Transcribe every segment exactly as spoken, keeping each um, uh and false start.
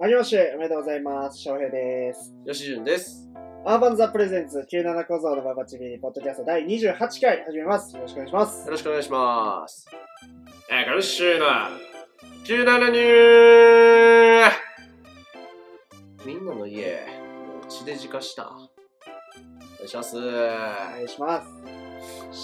あけましておめでとうございます。翔平です。 吉潤です。 アーバンザプレゼンツきゅうじゅうなな小僧のババチビリポッドキャストだいにじゅうはちかい始めます。よろしくお願いします。 よろしくお願いします。えー、今週のきゅうじゅうななニューみんなの家、地デジ化した。お願いします。お願いします。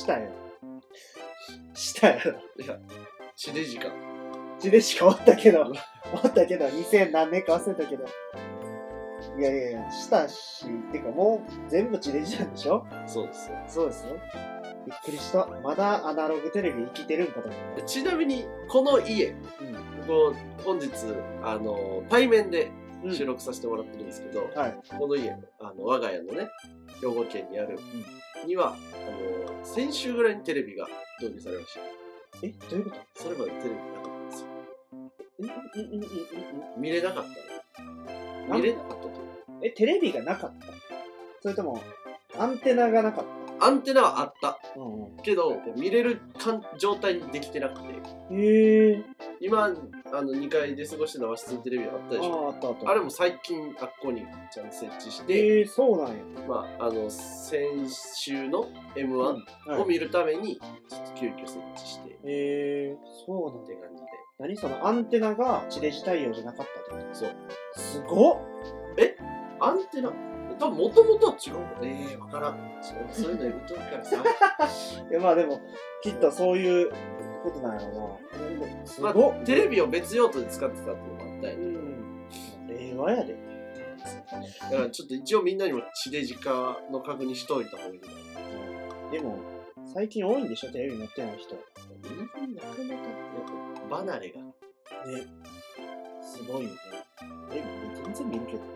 したよ。したよ。 いや、地デジ化。 地デジ化終わったけど、終わったけど、にせん何年か忘れたけど。いやいやいや、したし、てかもう全部地デジなんでしょ？ そうですよ。 そうですよ。びっくりした。まだアナログテレビ生きてるんかと思った。 ちなみに、この家、うん、ここ本日、あの、対面で収録させてもらってるんですけど、うんはい、この家、あの我が家のね、兵庫県にある、うん、には、あの、先週ぐらいにテレビが導入されました。 え、どういうこと？ それまでテレビなかったんですよ。 うんうんうんうんうん。 見れなかったの？見れなかったと。 え、テレビがなかった？それとも、アンテナがなかった？ アンテナはあった。 うんうん、 けど、見れる状態にできてなくて。 へー。 今、あの、にかいで過ごしてた和室にテレビあったでしょ？ ああ、あったあった。 あれも最近、あっこにちゃんと設置して。 えー、そうなんや。 まあ、あの、先週の エムワン を見るために、ちょっと急遽設置して。 へえー、そうなんって感じで。 何そのアンテナが地デジ対応じゃなかったってこと？ そう。 すごっ！ えアンテナ多分もともとは違うもんね。わからん。そういうの言うとるからさ。 いやまあでも、きっとそういうことなんやろな。すごっ、 まあ、テレビを別用途で使ってたっていうのもあったりとか。 うん。令和やで。 だからちょっと一応みんなにも地デジ化の確認しといた方がいいな。 でも、最近多いんでしょ、テレビ持ってない人。 なかなか離れが。ね。 すごいよね。え、全然見るけど。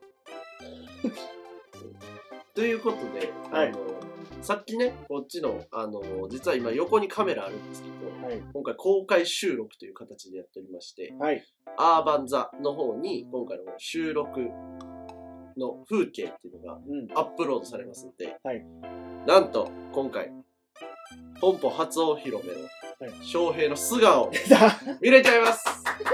ということで、はい、あのさっきね、こっちの、あの実は今横にカメラあるんですけど、はい、今回公開収録という形でやっておりまして、はい、アーバンザの方に今回の収録の風景っていうのがアップロードされますので、うんはい、なんと今回本邦初お披露目の翔平の素顔を見れちゃいます。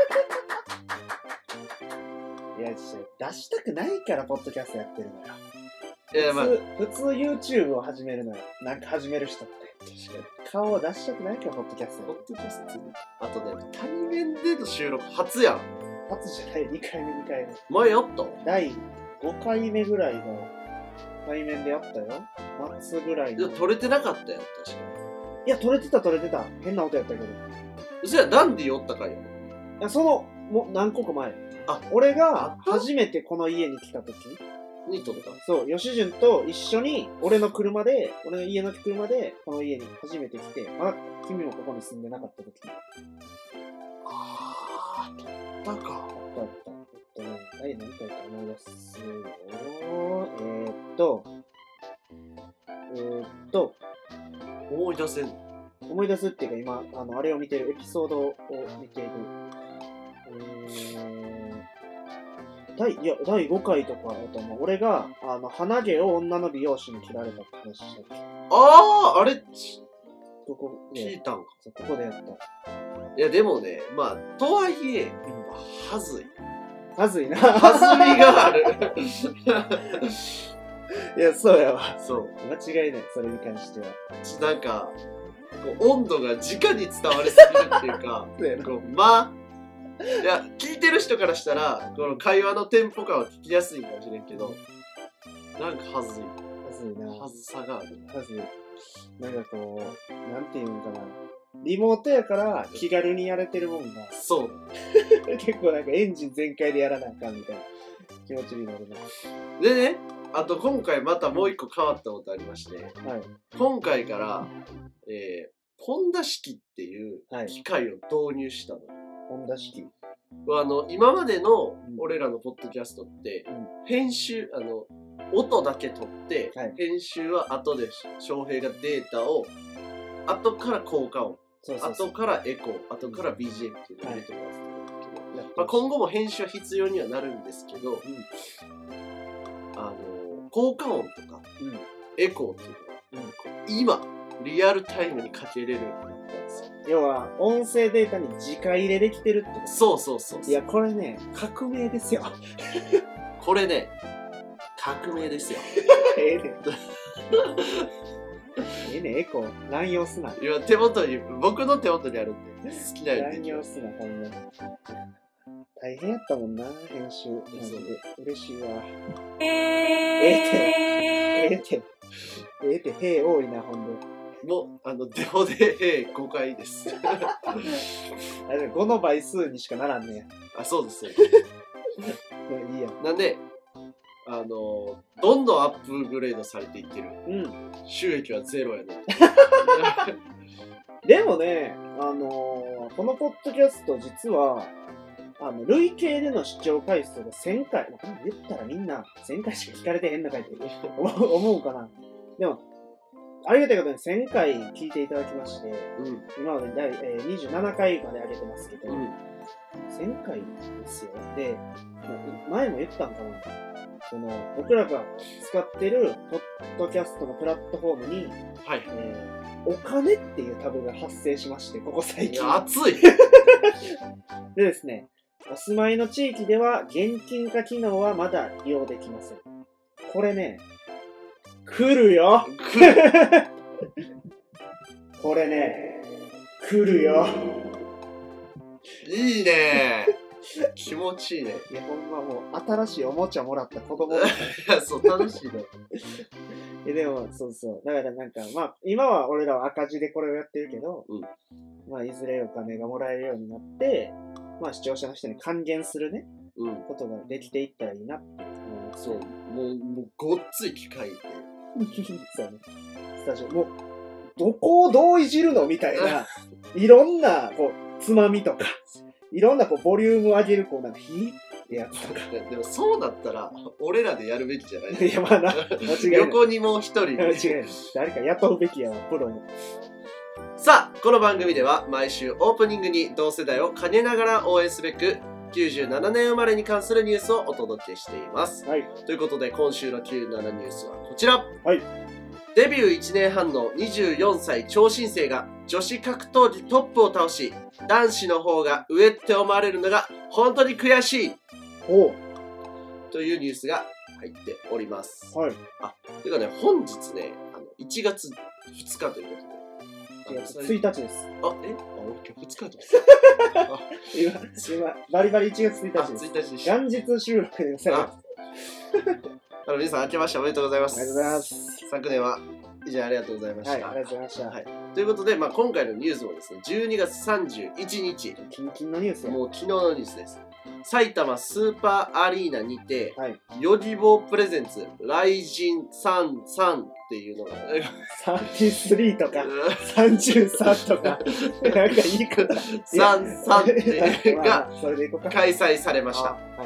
いや、出したくないからポッドキャストやってるのよ。 いや、まあ、 普通 YouTube を始めるのよ。なんか始める人って。確かに。顔を出したくないからポッドキャスト。 ポッドキャストあとね、対面での収録初やん。 初じゃない、にかいめにかいめ。 前やっただいごかいめぐらいの対面でやったよ。夏ぐらいの。 撮れてなかったやん、確かに。 いや、撮れてた撮れてた。変な音やったけど。 うそや、ダンディおったかいよ。 いや、その、もう何個か前。あ、俺が初めてこの家に来た時に撮った。 そう、吉潤と一緒に俺の車で、俺の家の車でこの家に初めて来て、まだ君もここに住んでなかった時。 あー、撮ったか。 あったあった。えっとね、はい、何回か思い出すよ。えー、っと、えー、っと、 思い出せん。 思い出すっていうか今、あの、あれを見てる、エピソードを見ている。第, いやだいごかいとかだと思う。俺があの鼻毛を女の美容師に切られたって話したっけ。 ああ、あれここ聞いたんか。 そう、ここでやった。 いやでもね、まあとはいえ、うん、はずい。 はずいな。 はずみがある。 いや、そうやわ。 そう。 間違いない、それに関しては。 なんかこう温度が直に伝わりすぎるっていうか、こうまあ。いや、聞いてる人からしたらこの会話のテンポ感は聞きやすいかもしれんけど、なんかはずい。 はずいな。 はずさがある。 はずい。なんかこう、なんていうんかな。リモートやから気軽にやれてるもんが。 そう。 結構なんかエンジン全開でやらなあかんみたいな気持ちになるな。 でね、あと今回またもう一個変わったことありまして、はい、今回から、えー、ポンダ式っていう機械を導入したの。 ポンダ式。 あの今までの俺らのポッドキャストって、うん、編集あの音だけ取って、はい、編集は後で翔平がデータを後から効果音、そうそうそう、後からエコー、後から ビージーエム っていうのを入れてもらってたんだけど、はい、まあ、今後も編集は必要にはなるんですけど、うん、あの効果音とか、うん、エコーっていうのは、うん、今リアルタイムにかけれるようになったんですよ。 要は音声データに直入れできてるってこと。 そうそうそうそう。 いやこれね革命ですよ。 これね革命ですよ。 ええねええねエコー乱用すな。 今手元に僕の手元にあるんで好きなように乱用すなほんまに。大変やったもんな編集。マジで嬉しいわ。ええてええてええてへえ多いなほんで。 もうあのデフォでへいごかいです。 あれごの倍数にしかならんねや。 あ、そうですそうです。 いいや。 なんであのどんどんアップグレードされていってる。 うん。 収益はゼロやね。 でもね、あのー、このポッドキャスト実はあの累計での視聴回数がせんかい。言ったらみんなせんかいしか聞かれてへんのかいって思うかな。でもありがたいことにせんかい聞いていただきまして、うん、今まで第、えー、にじゅうななかいまで上げてますけど、うん、せんかいですよ。で、前も言ったんかな。その僕らが使ってるポッドキャストのプラットフォームに、はいえー、お金っていうタブが発生しまして、ここ最近。 熱いでですね、お住まいの地域では現金化機能はまだ利用できません。これね、来るよ来るこれね、来るよいいね気持ちいいね。 いや、ほんまもう、新しいおもちゃもらった子供そう、楽しいね。 えでも、そうそう。だからなんか、まあ、今は俺らは赤字でこれをやってるけど、うん、まあ、いずれお金がもらえるようになって、まあ、視聴者の人に還元するね、うん、ことができていったらいいなって。 うん、そう、もう、もう、ごっつい機械で。 そうね。スタジオ、もう、どこをどういじるのみたいな、いろんな、こう、つまみとか、いろんなこうボリュームを上げるこうなんか火ってやつとか。 でもそうだったら俺らでやるべきじゃない。 いやまあな、間違いない。 横にもう一人。 間違いない。誰か雇うべきやわ、プロも。 さあこの番組では毎週オープニングに同世代を兼ねながら応援すべくきゅうじゅうななねん生まれに関するニュースをお届けしています。はい。ということで今週のきゅうじゅうななニュースはこちら。はい。デビューいちねんはんのにじゅうよんさい超新星が女子格闘技トップを倒し、男子の方が上って思われるのが本当に悔しいおというニュースが入っております。はい。あ、てかね、本日ね、あのいちがつふつかということで。 ついたちです。 あ、えあ、俺今日ふつかと思った。今、今、バリバリいちがつついたちです。 ついたちです。 元日収録でございます。 あの皆さん明けましておめでとうございます。 ありがとうございます。 昨年は以上ありがとうございました。はい、 ありがとうございました。はい、 ということで、まあ、今回のニュースもですね、じゅうにがつさんじゅういちにち。 キンキンのニュースや。 もう昨日のニュースです。埼玉スーパーアリーナにて、はい、ヨギボープレゼンツ、ライジンさんじゅうさんっていうのが、 さんじゅうさんとか、さんじゅうさんとか、なんかいいかな。 さんじゅうさんってが開催されました。はいはい。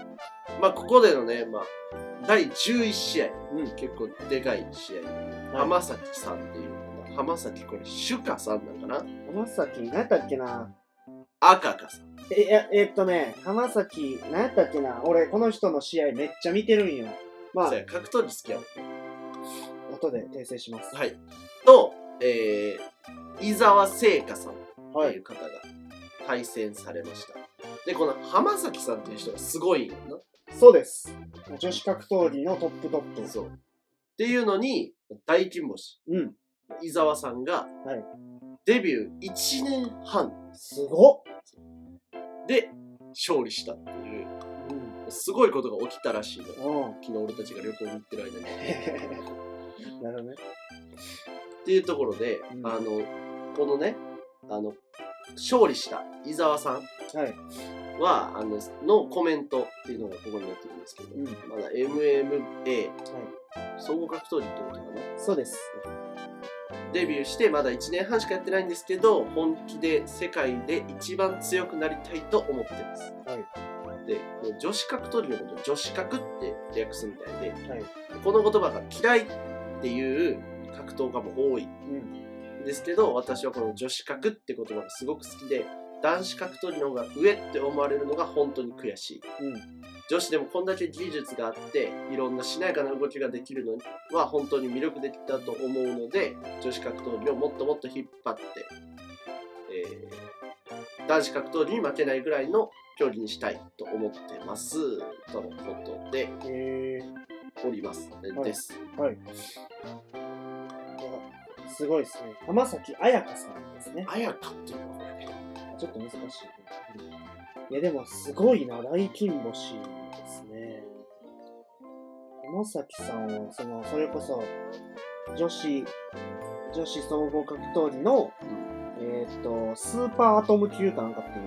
まあ、ここでのね、まあ、だいじゅういちしあい、うん、結構でかい試合、はい、浜崎さんっていうの浜崎これシュカさんなんかな。 浜崎何やったっけな。 赤かさん。 えいやえー、っとね浜崎何やったっけな。俺この人の試合めっちゃ見てるんよ。 まあ格闘技好きやもん。後で訂正します。 はい。と、えー、伊沢聖華さんっていう方が対戦されました。はい、でこの浜崎さんっていう人がすごいんよな。 そうです。女子格闘技のトップトップ。 そう。っていうのに、大金星。うん。伊沢さんが、はい、デビューいちねんはん。 すごっで、勝利したっていう、うん、すごいことが起きたらしいの。うん、昨日俺たちが旅行に行ってる間に。 なるほどね。 っていうところで、うん、あの、このね、あの、勝利した伊沢さん。はい。はあののコメントっていうのがここになってるんですけど、うん、まだ エムエムエー、はい、総合格闘技ってことかな。 そうです。 デビューしてまだいちねんはんしかやってないんですけど、本気で世界で一番強くなりたいと思ってます。はい、で女子格闘技のことを女子格って略すみたいで、はい、この言葉が嫌いっていう格闘家も多い、うん、ですけど、私はこの女子格って言葉がすごく好きで、男子格闘技の方が上って思われるのが本当に悔しい、うん、女子でもこんだけ技術があっていろんなしなやかな動きができるのは本当に魅力的だと思うので、女子格闘技をもっともっと引っ張って、 男子格闘技に負けないぐらいの競技にしたいと思ってますとのことで、 えー、おります、はい、です。 はい。すごいですね。浜崎彩香さんですね。 彩香っていうのはちょっと難しい。いやでもすごいな、大金星ですね。浜崎さんは、その、それこそ、女子、女子総合格闘技の、うん、えっと、スーパーアトム級かなんかっていう、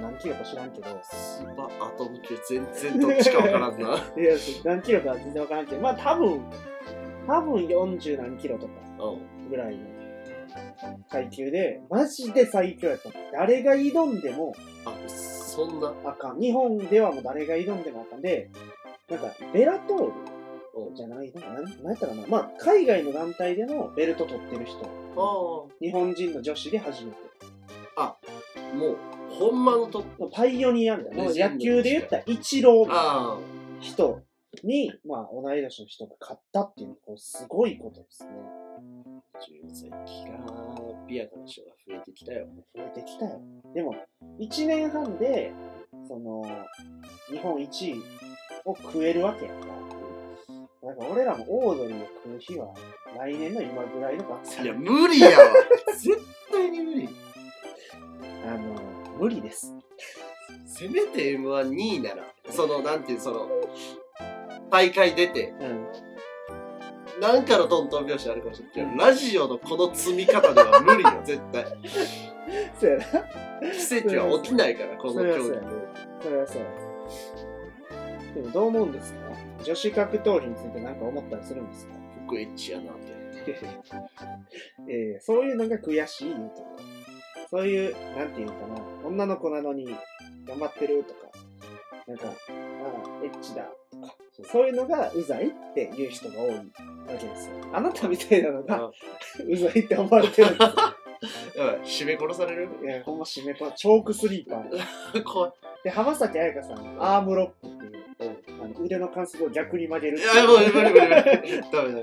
何キロか知らんけど。 スーパーアトム級全然どっちかわからんな。いや、 何キロか全然わからんけど、まあ多分、多分よんじゅう何キロとかぐらいの階級で、マジで最強やった。誰が挑んでも、 あ、そんなあかん。日本ではもう誰が挑んでもあかんで、なんか、ベラトールじゃない、なんか、なんやったかな。まあ、海外の団体でのベルト取ってる人。日本人の女子で初めて。 あ、もう、ほんまのトップ。 パイオニアみたいな。野球で言ったらイチローの人に、まあ、同い年の人が勝ったっていう、これすごいことですね。 じゅうさいきらびやかな人が増えてきたよ。 増えてきたよ。でも、いちねんはんで、その、日本一位を食えるわけやんか。なんか俺らもオードリーを食う日は、来年の今ぐらいの学生。 いや、無理やわ。絶対に無理。 あの、無理です。 せめて エムワンにいなら、その、なんていう、その、大会出て、うん、なんかのトントン拍子あるかもしれないけど、ラジオのこの積み方では無理よ、絶対。 そうやな。 奇跡は起きないから、この競技。 それはそう。でもどう思うんですか？女子格闘技について何か思ったりするんですか？ 僕エッチやなって。 えー、そういうのが悔しい言うとか。そういう、なんていうかな、女の子なのに頑張ってるとか、なんか、ああ、エッチだとか、そういうのがうざいっていう人が多いわけですよ。あなたみたいなのがうざいって思われてるんですよ。 やばい、締め殺される？ いや、ほんま締め殺、チョークスリーパー。怖い。で、浜崎彩香さん、アームロックっていう、うん、あの腕の関節を逆に曲げる。 いや、もう無理無理無理。ダメダメ。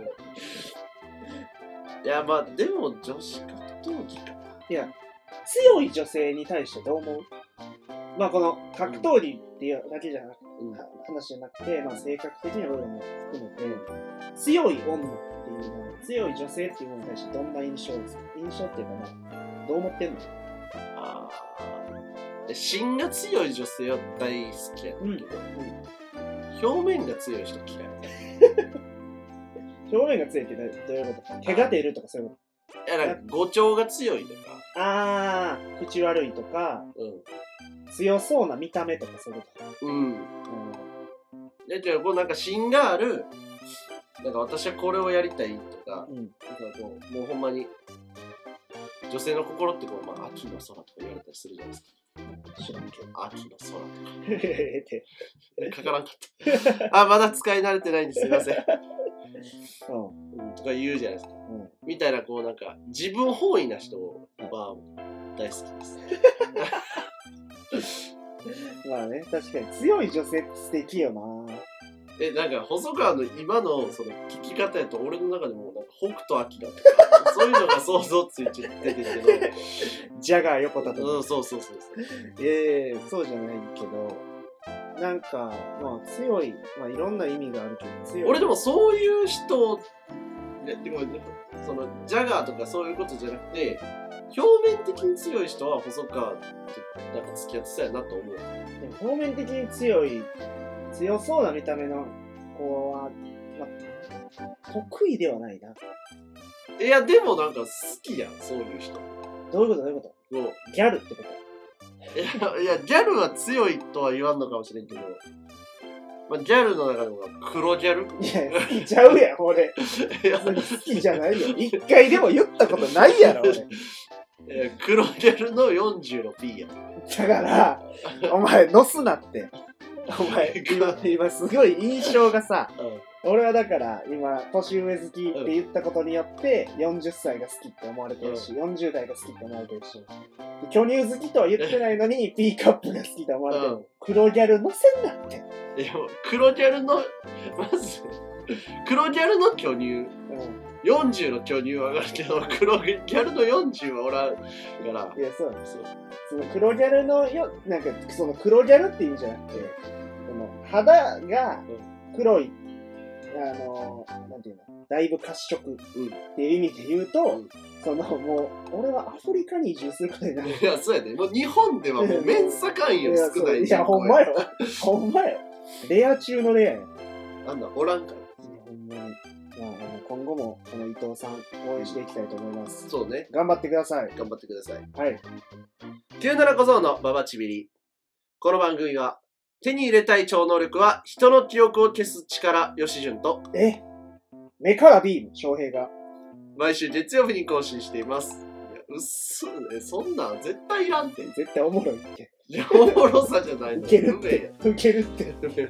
いや、まあ、でも女子格闘技か。 いや、強い女性に対してどう思う？まあ、この格闘技っていうだけじゃなくて、うん、話じゃなくて、まあ、性格的な部分も含めて、強い女っていうのは、強い女性っていうものに対してどんな印象ですか？印象っていうかな、どう思ってんの？ ああ。芯が強い女性は大好きやねんけど、うんうん、表面が強い人嫌い。 表面が強いってどういうこと？手が出るとかそういうこと？ いや、なんか語調が強いとか。 ああ、口悪いとか、うん、強そうな見た目とかそういうこと。うん。うん。 で、じゃあ、こうなんか芯がある、なんか私はこれをやりたいとか、うん、なんかこう、もうほんまに、女性の心ってこう、まあ、秋の空とか言われたりするじゃないですか。 知らんけど。 秋の空とか。かからんかった。あ、まだ使い慣れてないんです。すいません。うん、とか言うじゃないですか。うん、みたいな、こうなんか、自分本位な人は大好きです。 まあね、確かに強い女性って素敵よな。 え、なんか細川の今のその聞き方やと俺の中でもなんか北斗晶とかそういうのが想像ついちゃってるけどジャガー横田とか、 うん、そうそうそうそう。 ええー、そうじゃないけどなんかまあ強い、まあいろんな意味があるけど強い。 俺でもそういう人ね、てかそのジャガーとかそういうことじゃなくて表面的に強い人は細川となんか付き合ってそうやなと思う。でも表面的に強い強そうな見た目の子は、まあ、得意ではないな。 いやでもなんか好きやん、そういう人。 どういうことどういうこと？ギャルってこと？ いやいやギャルは強いとは言わんのかもしれんけど、まあ、ギャルの中でも黒ギャル？ いや好きちゃうやん俺。好きじゃないよ。一回でも言ったことないやろ俺。 いや黒ギャルの よんじゅうの ピー や。 だからお前乗すなって。お前今、今すごい印象がさ、うん、俺はだから今年上好きって言ったことによってよんじゅっさいが好きって思われてるし、うん、よんじゅう代が好きって思われてるし、巨乳好きとは言ってないのに P カップが好きと思われてる、うん、黒ギャルのせんなって。 いや黒ギャルのまず黒ギャルの巨乳、うん、 よんじゅうの巨乳は上がるけど、黒ギャルのよんじゅうはおらんから。 いや、そうなんですよ。その黒ギャルのよ、なんか、その黒ギャルって意味じゃなくて、その肌が黒い、うん、あの、なんていうの、だいぶ褐色っていう意味で言うと、うん、そのもう、俺はアフリカに移住することになる。 いや、そうやで、ね。もう日本ではもうメンサ会員より少ない。 いや、ほんまよ。ほんまよ。レア中のレアや。 なんだ、おらんから。 ほんまに。まあ、今後もこの伊藤さん応援していきたいと思います。 そうね。 頑張ってください。 頑張ってください。 はい。 きゅうなな小僧のババチビリ。この番組は手に入れたい超能力は人の記憶を消す力、吉潤とえ目からビーム、翔平が毎週月曜日に更新しています。いや、うっすね。そんなん絶対いらんて。 絶対おもろいって。 いや、おもろさじゃないの。 ウケるって。ウケるって。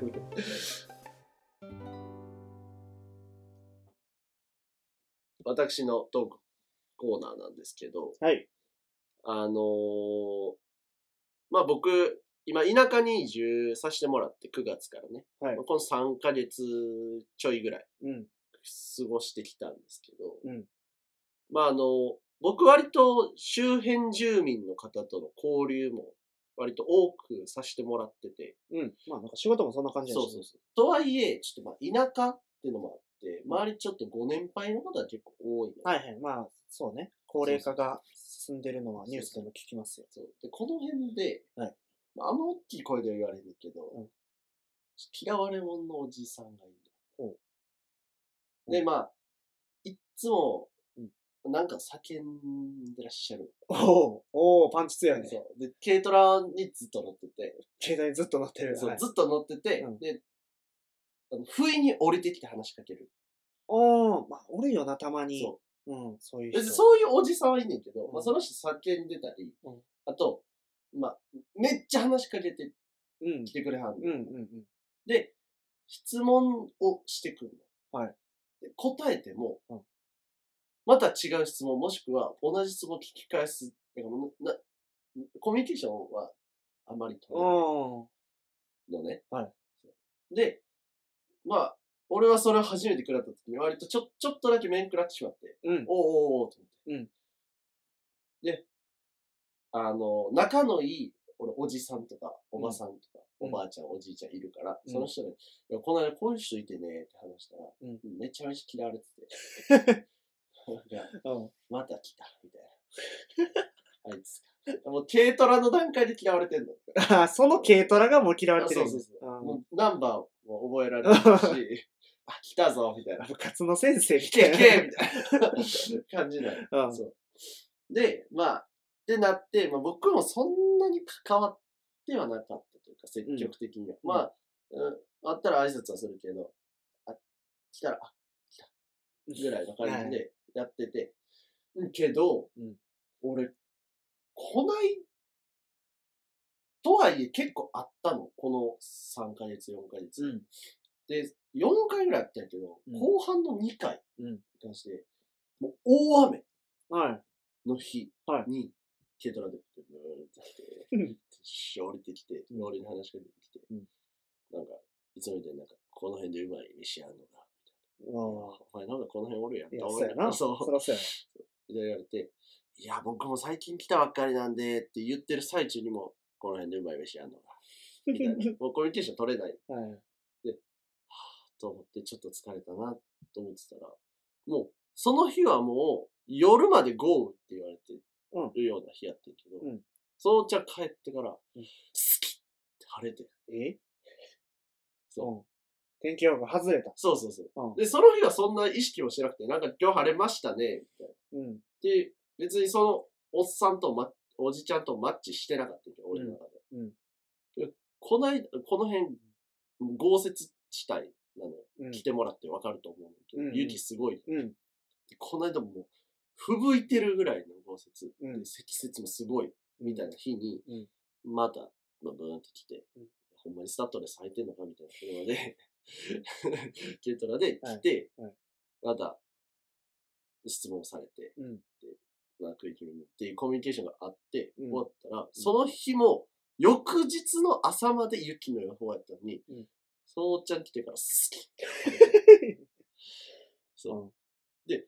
私のトークコーナーなんですけど、 はい。 あのー、まあ僕、今田舎に移住させてもらってくがつからね、はい、このさんかげつちょいぐらい過ごしてきたんですけど、うん、まああの、僕割と周辺住民の方との交流も割と多くさせてもらってて、 うん、まあなんか仕事もそんな感じだし、 そうそうそう。とはいえ、ちょっとまあ田舎っていうのもあって、周りちょっとご年配の方は結構多い、ね。 はいはい、まあそうね。高齢化が進んでるのはニュースでも聞きますよ。 そうそうで、この辺で、はい、あんま大きい声では言われるけど、うん、嫌われ者のおじさんがいる。うん、で、まあ、いっつも、うん、なんか叫んでらっしゃる。 おおパンチ強いね。 そう。で、軽トラにずっと乗ってて。 軽トラにずっと乗ってる。 そう、はい、ずっと乗ってて、うん、で、あの不意に降りてきて話しかける。 おー、まあ、おるよな、たまに。そう。うん、そういう人。 そういうおじさんはいんねんけど、うん、まあ、その人叫んでたり、うん、あと、まあ、めっちゃ話しかけて来てくれはんの、うんうんうんうん。で、質問をしてくるの。はい。で答えても、うん、また違う質問、もしくは同じ質問を聞き返す。なコミュニケーションはあまり取れないのね。はい。で、まあ、俺はそれを初めて食らった時に割とちょちょっとだけ面食らってしまって、うん、おーおーおーと思って。うん、で、あの、仲のいい俺おじさんとかおばさんとか、うん、おばあちゃん、おじいちゃんいるから、うん、その人に、いや、この間こういう人いてねって話したら、うん、めちゃめちゃ嫌われてて。うん、また来た、みたいな。あいつか。もう軽トラの段階で嫌われてんの。 ああ、その軽トラがもう嫌われてる。 そうそうそう。もうナンバーも覚えられてるし、あ、来たぞ、みたいな。 部活の先生来て、来て、みたいな感じなの、うん。そう。で、まあ、ってなって、まあ、僕もそんなに関わってはなかったというか、積極的には。うん、まあ、うん、あったら挨拶はするけど、あ、来たら、あ、来た。ぐらいの感じでやってて。はい、けど、うん、俺、来ないとはいえ結構あったの。このさんかげつ、よんかげつ。うん、で、よんかいぐらいあったんやけど、うん、後半のにかいに関して、もう大雨の日に、軽トラでブーンって来て、し降りてきて、俺に話しかけてきて、うん、なんか、いつもみたいになんか、この辺でうまい飯あんのか、みたいな。お前なんかこの辺おるやん。いや、そうやな。そう。そらそうやな。言われて、いや、僕も最近来たばっかりなんで、って言ってる最中にも、この辺でうまい飯あんのか、みたいな。もうコミュニケーション取れない。はい、で、はぁ、と思ってちょっと疲れたな、と思ってたら、もう、その日はもう、夜まで豪雨って言われてるような日やってるけど、うん、そのうちは帰ってから、うん、好きって晴れて。 えそう。うん、天気予報が外れた。 そうそうそう、うん。で、その日はそんな意識もしなくて、なんか今日晴れましたね、みたいな。うん、で、別にその、おっさんと、ま、おじちゃんとマッチしてなかったけど、俺の中で。うんうん、でこの間、この辺、豪雪地帯なのよ、うん。来てもらってわかると思うんだけど、うんうん、雪すごい、うん。でこの間もう、吹雪いてるぐらいの豪雪、うん、で積雪もすごい、みたいな日に、うん、また、ブーンって来て、うん、ほんまにスタッドレス履いてんのかみたいな車で、軽トラで来て、はいはい、また、質問されて、うん、でクイキムっていうコミュニケーションがあって、うん、終わったら、その日も、翌日の朝まで雪の予報やったのに、うん、そのおっちゃん来てから好きそう、うん。で、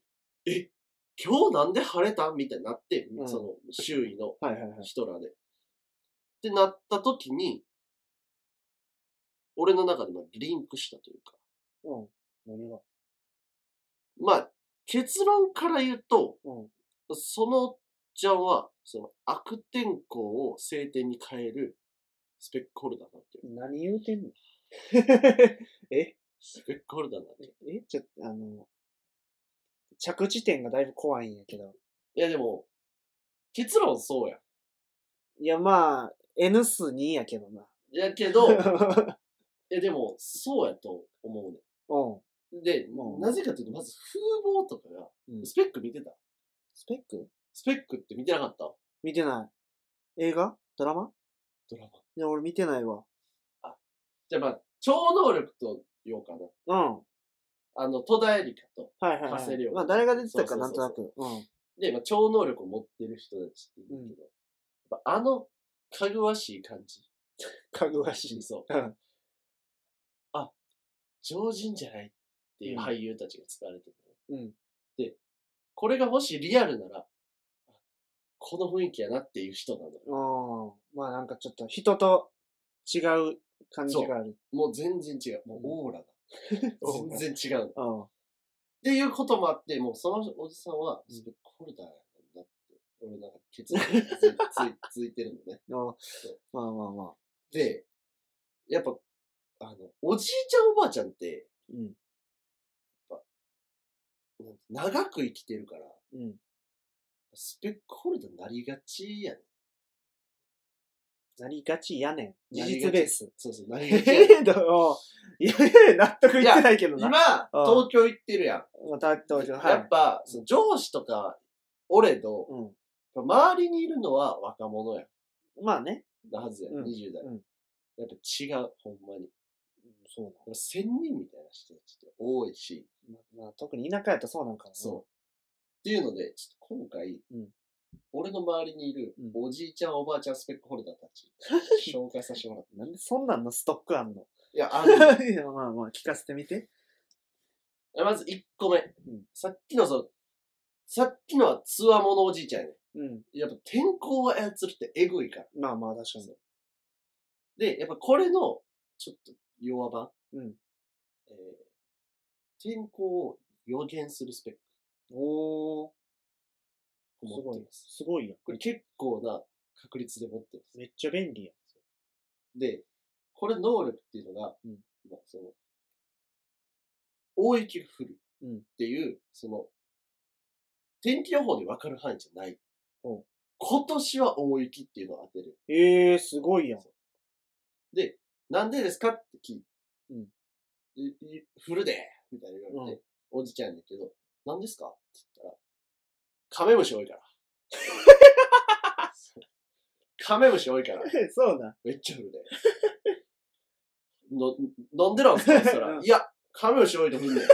え、今日なんで晴れたみたいになって、 うん、 その周囲のはいはいはい、 人らで。ってなった時に、俺の中でもリンクしたというか。 うん。何が？ まあ、結論から言うと、 うん、 そのちゃんは、その悪天候を晴天に変えるスペックホルダーなんて。 何言うてんのえスペックホルダーなんて。 えちょっと、あの、着地点がだいぶ怖いんやけど。 いやでも、結論そうや。 いやまあ、エヌ数に やけどな。 やけど、いやでも、そうやと思うね。 うん。 で、なぜかというと、まず風貌とかが、スペック見てた、うん、 スペックスペックって見てなかった？ 見てない。映画？ドラマ？ ドラマ。 いや、俺見てないわ。 あ、じゃあまあ、超能力と言おうかな。うん。あの、戸田恵梨香と、 はいはいはい。まあ、誰が出てたかなんとなく。うん。 で、まあ、超能力を持ってる人たちって言うけど、うん、あの、かぐわしい感じ。 かぐわしい。 そう。うん。あ、常人じゃないっていう俳優たちが使われてるね。うん。で、これがもしリアルなら、この雰囲気やなっていう人なのよ。ああ。まあなんかちょっと人と違う感じがある。 もう全然違う。もうオーラが。全然違うの。っていうこともあって、もうそのおじさんは、スペックホルダーなんだって、俺なんか結論つつついてるのね。あまあまあまあ。で、やっぱ、あの、おじいちゃんおばあちゃんって、うん、やっぱ長く生きてるから、うん、スペックホルダーになりがちやねん。なりがちやねん。事実ベース。そうそう、なりがちやねん。いやいや、納得いってないけどな。今、東京行ってるやん。東京、はい。やっぱ、その上司とか、俺ど、うん、周りにいるのは若者やん。まあね。なはずやん、うん、にじゅう代、うん。やっぱ違う、ほんまに。うん、そうなの。せんにんみたいな人たちって多いし。まあ、まあ、特に田舎やったらそうなんかな。そう。っていうので、ちょっと今回、うん、俺の周りにいるおじいちゃんおばあちゃんスペックホルダーたち、紹介させてもらって。なんでそんなんのストックあんの？いや、ある。いや、まあまあ、聞かせてみて。まずいっこめ。うん、さっきのその、さっきのはつわものおじいちゃんやね。うん。やっぱ天候を操るってエグいから。まあまあ、確かに。で、やっぱこれの、ちょっと弱版。うん。えー、天候を予言するスペック。おー。すごい。すごいやん。これ結構な確率で持ってます。めっちゃ便利やん。で、これ能力っていうのが、うん、まあ、その、大雪が降るっていう、うん、その、天気予報で分かる範囲じゃない。うん、今年は大雪っていうのを当てる。ええー、すごいやん。で、なんでですかって聞いて、うん、降るでみたいな言われて、うん、おじちゃんだけど、なんですかって言ったら、カメムシ多いから。カメムシ多いから。そうだ。めっちゃ降るで。の、なんでなんですかって言ったら、いや、カメムシ多いと降んねん。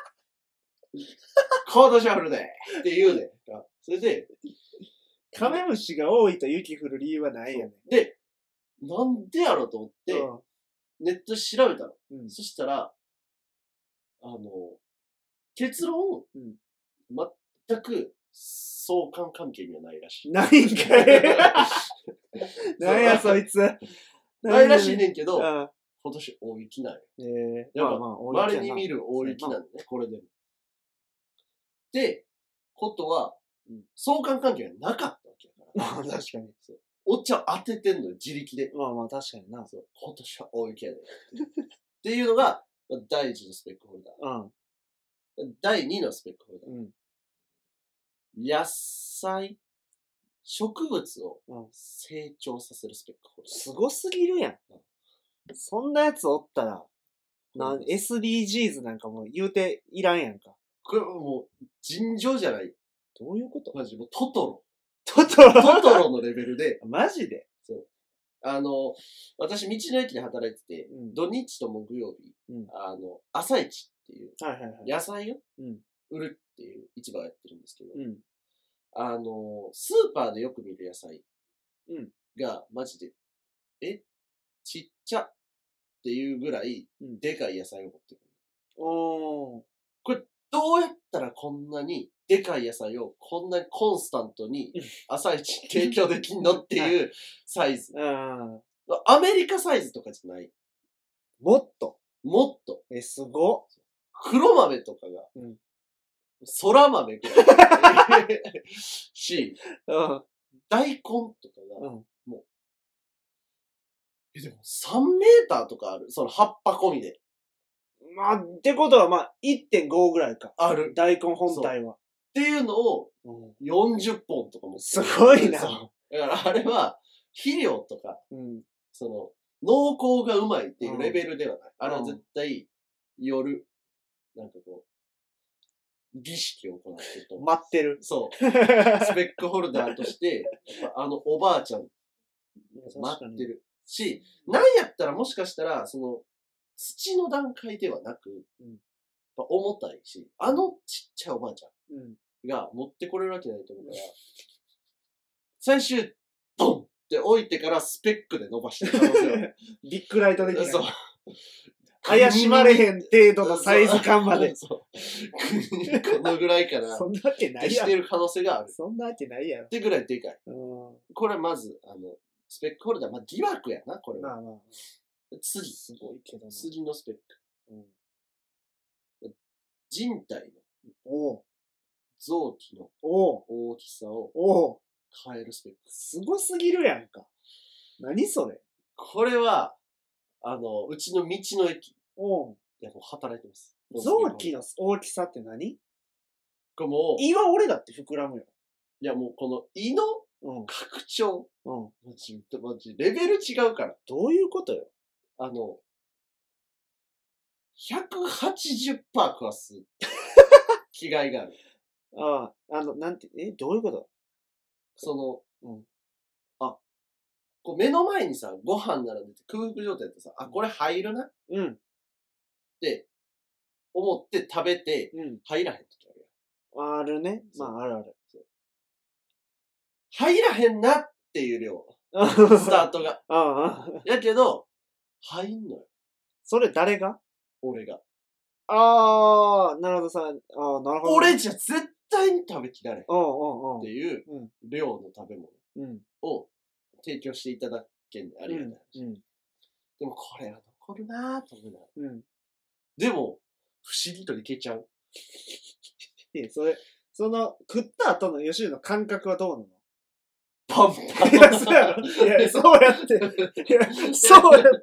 今年は降るでって言うねん。それで、カメムシが多いと雪降る理由はないやねん。で、なんでやろうと思って、うん、ネットで調べたの。うん、そしたら、あの、結論、うん、全く相関関係にはないらしい。ないんかいなんやそいつ。ないらしいねんけど、今年大雪なんよ。えー、やっぱ、まあまあ、稀に見る大雪なんでね、これでも。ってことは、うん、相関関係がなかったわけだから。確かに。おっちゃん当ててんのよ、自力で。まあまあ確かにな。そう今年は大雪やで。っていうのが、だいいちのスペックホルダー。うん、だいにのスペックホルダー。うん、野菜、植物を成長させるスペックホルダー。すごすぎるやん。うん、そんなやつおったら、な エスディージーズ なんかもう言うていらんやんか。これもう、尋常じゃない。どういうこと？マジもうトトロ。トトロトトロのレベルで。マジで？そう。あの、私、道の駅で働いてて、うん、土日と木曜日、うん、あの、朝市っていう、はいはいはい、野菜を売るっていう市場をやってるんですけど、うん、あの、スーパーでよく見る野菜が、マジで、えちっちゃっていうぐらい、でかい野菜を持ってくる。おー。これ、どうやったらこんなにでかい野菜をこんなにコンスタントに朝一に提供できんのっていうサイズ。アメリカサイズとかじゃない。 もっともっと。 え、すごっ。 黒豆とかが、うん、空豆ぐらい。し、うん、大根とかが、うん、もう、え、でもさんメーターとかある。その葉っぱ込みで。 まあ、ってことはまあ、いってんご ぐらいか。 ある。 大根本体は。 っていうのを、よんじゅっぽんとかも。 すごいな。 だからあれは、肥料とか、うん、その、農耕がうまいっていうレベルではない。うん、あれは絶対、夜、なんかこう、儀式を行ってると。 待ってる。 そう。スペックホルダーとして、やっぱあのおばあちゃん、待ってる。し、なんやったらもしかしたら、その、土の段階ではなく、うん、重たいし、あのちっちゃいおばあちゃんが持ってこれるわけないと思うから、最終、ドンって置いてからスペックで伸ばしてる可能性は。 ビッグライトできない。そう。怪しまれへん程度のサイズ感まで。そう。 このぐらいから、 そんなわけないやろ。 してる可能性がある。 そんなわけないやろ。 ってぐらいでかい。これまず、あの、スペックホルダー、まあ疑惑やな、これは。まあまあ。次。 すごいけどな。 次のスペック。うん、人体のお臓器のお大きさをお変えるスペック。 すごすぎるやんか。何それ。 これは、あの、うちの道の駅。 おいや、もう働いてます。 臓器の大きさって何？ これもう。 胃は俺だって膨らむよ。 いや、もうこの胃の拡張。うん。マジ、マジ、レベル違うから。 どういうことよ。 あの、ひゃくはちじゅっパーセント 食わす気概がある。 ああ、あの、なんて、え、どういうこと？ その、うん。あ、こう目の前にさ、ご飯並んでて空腹状態ってさ、あ、これ入るな。うん。って思って食べて、入らへん時あるやん。あるね。まあ、あるある。 入らへんなっていう量。スタートが。やけど、入んのよ。 それ誰が？ 俺が。 あー、なるほどさ。あー、なるほど。 俺じゃ絶対に食べきられへん。っていう量の食べ物を提供していただけんでありがたい話。うんうん、でもこれは残るなぁと思うな、うん。でも、不思議といけちゃう。 いや、それ、その、食った後の吉野の感覚はどうなの？ パンパン。いや、 そうやろ。いや、そうやって。いや、そうやって。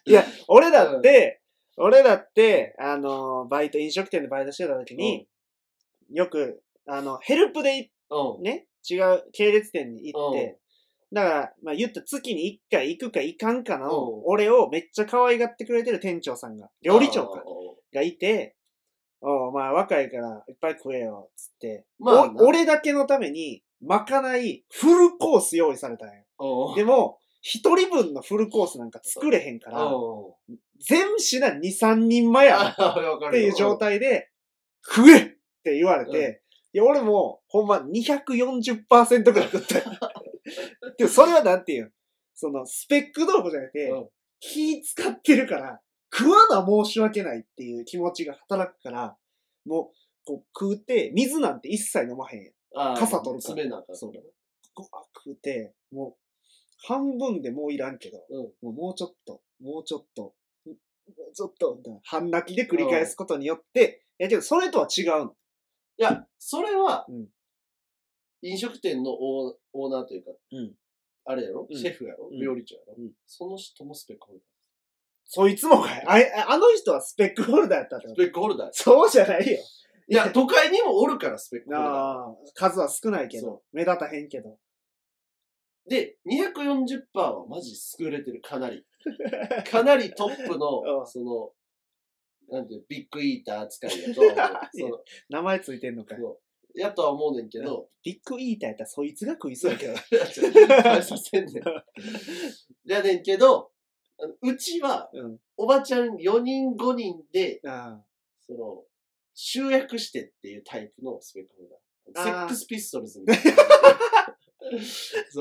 いや、俺だって、うん、俺だって、あの、バイト、飲食店でバイトしてた時に、うん、よく、あの、ヘルプで、うん、ね、違う系列店に行って、うん、だから、まあ言った月にいっかい行くか行かんかの、俺をめっちゃ可愛がってくれてる店長さんが、料理長か、がいて、おまあ若いからいっぱい食えよ、つって。まあ、俺だけのために、まかないフルコース用意されたんよ。でも、一人分のフルコースなんか作れへんから、全品に、さんにんまやっていう状態で、食えって言われて、いや、俺も、ほんま にひゃくよんじゅっパーセント くらい食ったよ。でもそれはなんていう、その、スペック豆腐じゃなくて、気使ってるから、食わな申し訳ないっていう気持ちが働くから、もう、こう食うて、水なんて一切飲まへんやん。傘取るから。 冷なんかそうだね。 食うて、もう、半分でもういらんけど、うん、もうもうちょっと、もうちょっと、もうちょっと、半泣きで繰り返すことによって、うん、やけど、それとは違うの。 いや、それは、うん、飲食店のオーオーナーというか、うん、あれやろ、うん、シェフやろ、うん、料理長やろ、うん、その人もスペックホルダー。 そいつもかいあ、あの人はスペックホルダーやったってこと？ スペックホルダー。 そうじゃないよ。 いや、都会にもおるから、スペックホルダー。 ああ、数は少ないけど、目立たへんけど。 で、にひゃくよんじゅっパーセント はマジ優れてる、かなり。かなりトップの、その、なんていう、ビッグイーター扱いだと、その名前ついてんのかよ。 やとは思うねんけど。 ビッグイーターやったらそいつが食いそうやけど。 させんねん。やねんけど、うちは、うん、おばちゃんよにんごにんで、あその、集約してっていうタイプのスペックホルダー。セックスピストルズみたいな。そう。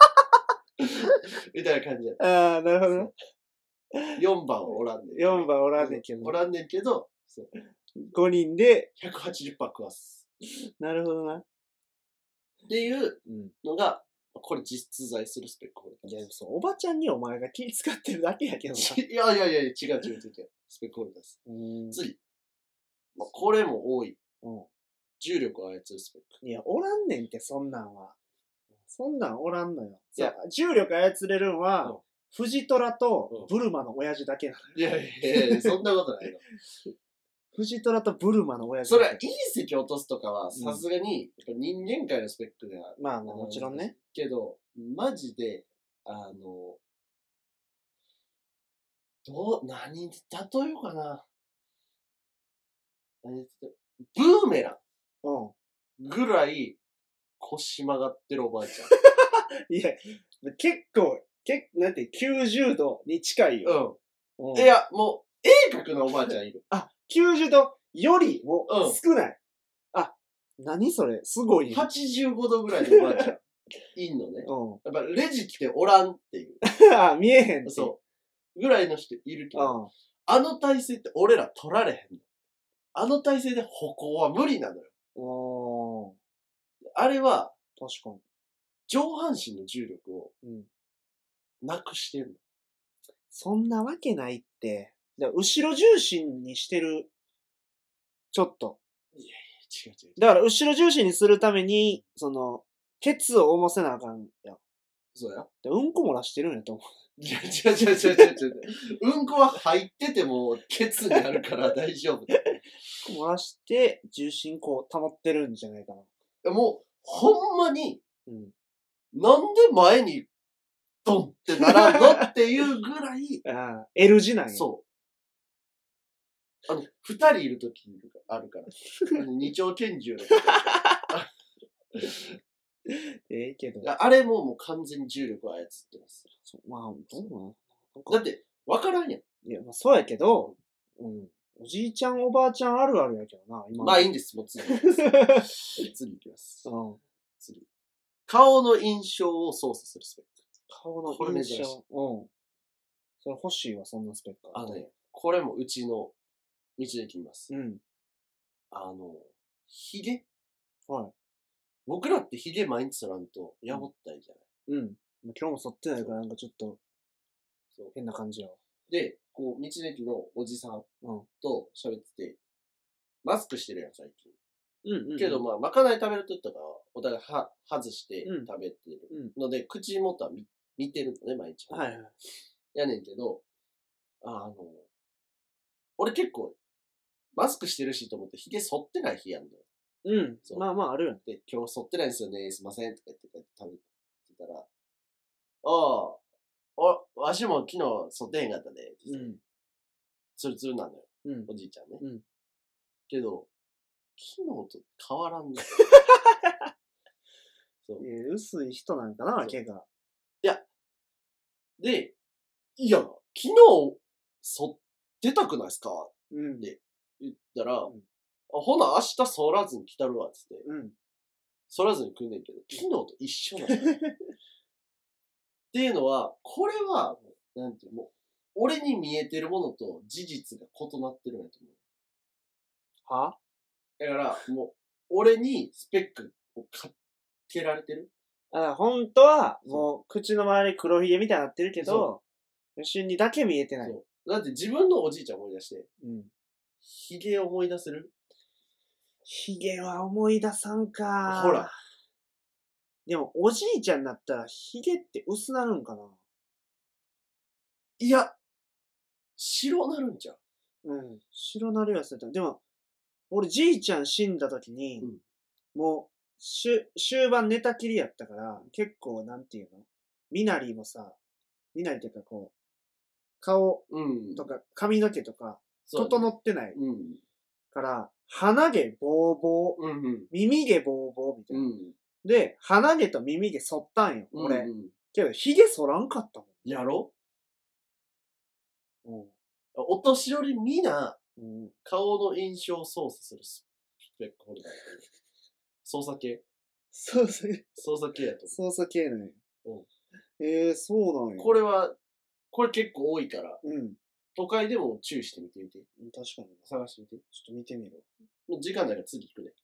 みたいな感じやった。 ああ、なるほどね。よんばんはおらんねん。 よんばんおらんねんけど。 おらんねんけど、そう。 ごにんで、 ひゃくはちじゅっパーセント食わす。 なるほどな。 っていうのが、うん、これ実在するスペックホルダー。 いや、そう、おばちゃんにお前が気使ってるだけやけどな。 いやいやいや、違う違う違う。スペックホルダーです。次。まあ、これも多い。うん、重力を操るスペック。 いや、おらんねんって、そんなんは。そんなんおらんのよ。いや、重力操れるんは、うん、フジトラとブルマの親父だけなの。 いやいやいや、そんなことないの。 フジトラとブルマの親父それは隕石落とすとかは、さすがに、人間界のスペックが。 まあまあ、もちろんね。 けど、マジで、あの、どう、何に例えようかな。何に例え、ブーメランぐらい腰曲がってるおばあちゃん。いや、結構、結なんてきゅうじゅうどに近いよ。 うん。いや、もう、鋭角なおばあちゃんいる。 あ、きゅうじゅうどよりも少ない。うん、あ、何それすごい。 はちじゅうごどぐらいのおばあちゃんいんのね。うん。やっぱレジ来ておらんっていう。 あ、見えへんって。 そう。ぐらいの人いるけど、うん、あの体勢って俺ら取られへんの。あの体勢で歩行は無理なのよ。おー。あれは、 確かに。 上半身の重力を、なくしてるの。 そんなわけないって。後ろ重心にしてる。ちょっと。 いやいや、違う違う。 だから後ろ重心にするために、その、ケツを重せなあかんや。 そうや。 うんこ漏らしてるんやと思う。 いや、違う違う違う違う違う。うんこは入ってても、ケツにあるから大丈夫だ。 漏らして、重心こう保ってるんじゃないかな。もう、ほんまに、うん、なんで前に、ドンってならんのっていうぐらい。 ああ、L 字なんや。 そう。あの、二人いるときあるから。二丁拳銃の。 ええけど。 あれももう完全に重力を操ってます。 まあ、どうなのだって、わからんやん。 いや、まあ、そうやけど、うん。おじいちゃん、おばあちゃんあるあるやけどな、 今。まあいいんです、もう次行きます。次行きます。うん。次。顔の印象を操作するスペック。 顔の印象。うん。それ欲しいわ、そんなスペック。 あのね、これもうちの道で聞きます。うん。あの、ヒゲはい。僕らってヒゲ毎日剃らんとやぼったいじゃない。うん。今日も剃ってないからなんかちょっと、そう変な感じやわ。 で、こう、道の駅のおじさんと喋ってて、マスクしてるやん、最近。うんうんうん、けど、まあ、まかない食べるときとかは、お互いは外して食べてるので、うん、口元は 見, 見てるのね、毎日。はいはい。やねんけど、あの、俺結構、マスクしてるしと思って、ヒゲ剃ってない日やんのよ。 うん。そうまあまああるよ。 で、今日剃ってないんですよね、すいません、とか言って食べてたら、ああ、お、わしも昨日剃ってへんかったで、うん。ツルツルなのよ。うん。おじいちゃんね。うん。けど、昨日と変わらんね。 そう。えー、薄い人なんかな、毛が。 いや、で、いや、昨日剃ってたくないっすか、うん、って言ったら、うん、あ、ほな明日剃らずに来たるわ、つって。うん。剃らずに来んねんけど、昨日と一緒なの。っていうのは、これは、なんていうの、もう、俺に見えてるものと事実が異なってるんやと思う。は？だから、もう、俺にスペックをかけられてる。 あ、本当は、もう、口の周り黒ひげみたいになってるけど、一瞬にだけ見えてない。そう。 だって自分のおじいちゃん思い出して、うん。ひげ思い出せる？ ひげは思い出さんか。ほら。でも、おじいちゃんになったら、ひげって薄なるんかな？ いや、白なるんちゃう？ うん。白なるやつだった。でも、俺、じいちゃん死んだ時に、うん、もう、終盤寝たきりやったから、結構、なんていうの？身なりもさ、身なりというかこう、顔とか髪の毛とか、整ってない。うん、から、鼻毛ボーボー、うんうん、耳毛ボーボーみたいな。うん、で、鼻毛と耳毛剃ったんよ、俺。うんうん、けど、髭剃らんかったもん。 やろ？うん。お年寄りみな、うん、顔の印象を操作するスペックホルダー。操作系操作操作系やと思う。操作系ね。うん。えー、そうなんや。 これは、これ結構多いから、うん。都会でも注意してみてみて。 確かに。 探してみて。 ちょっと見てみろ。 もう時間ないから次行くね。うん。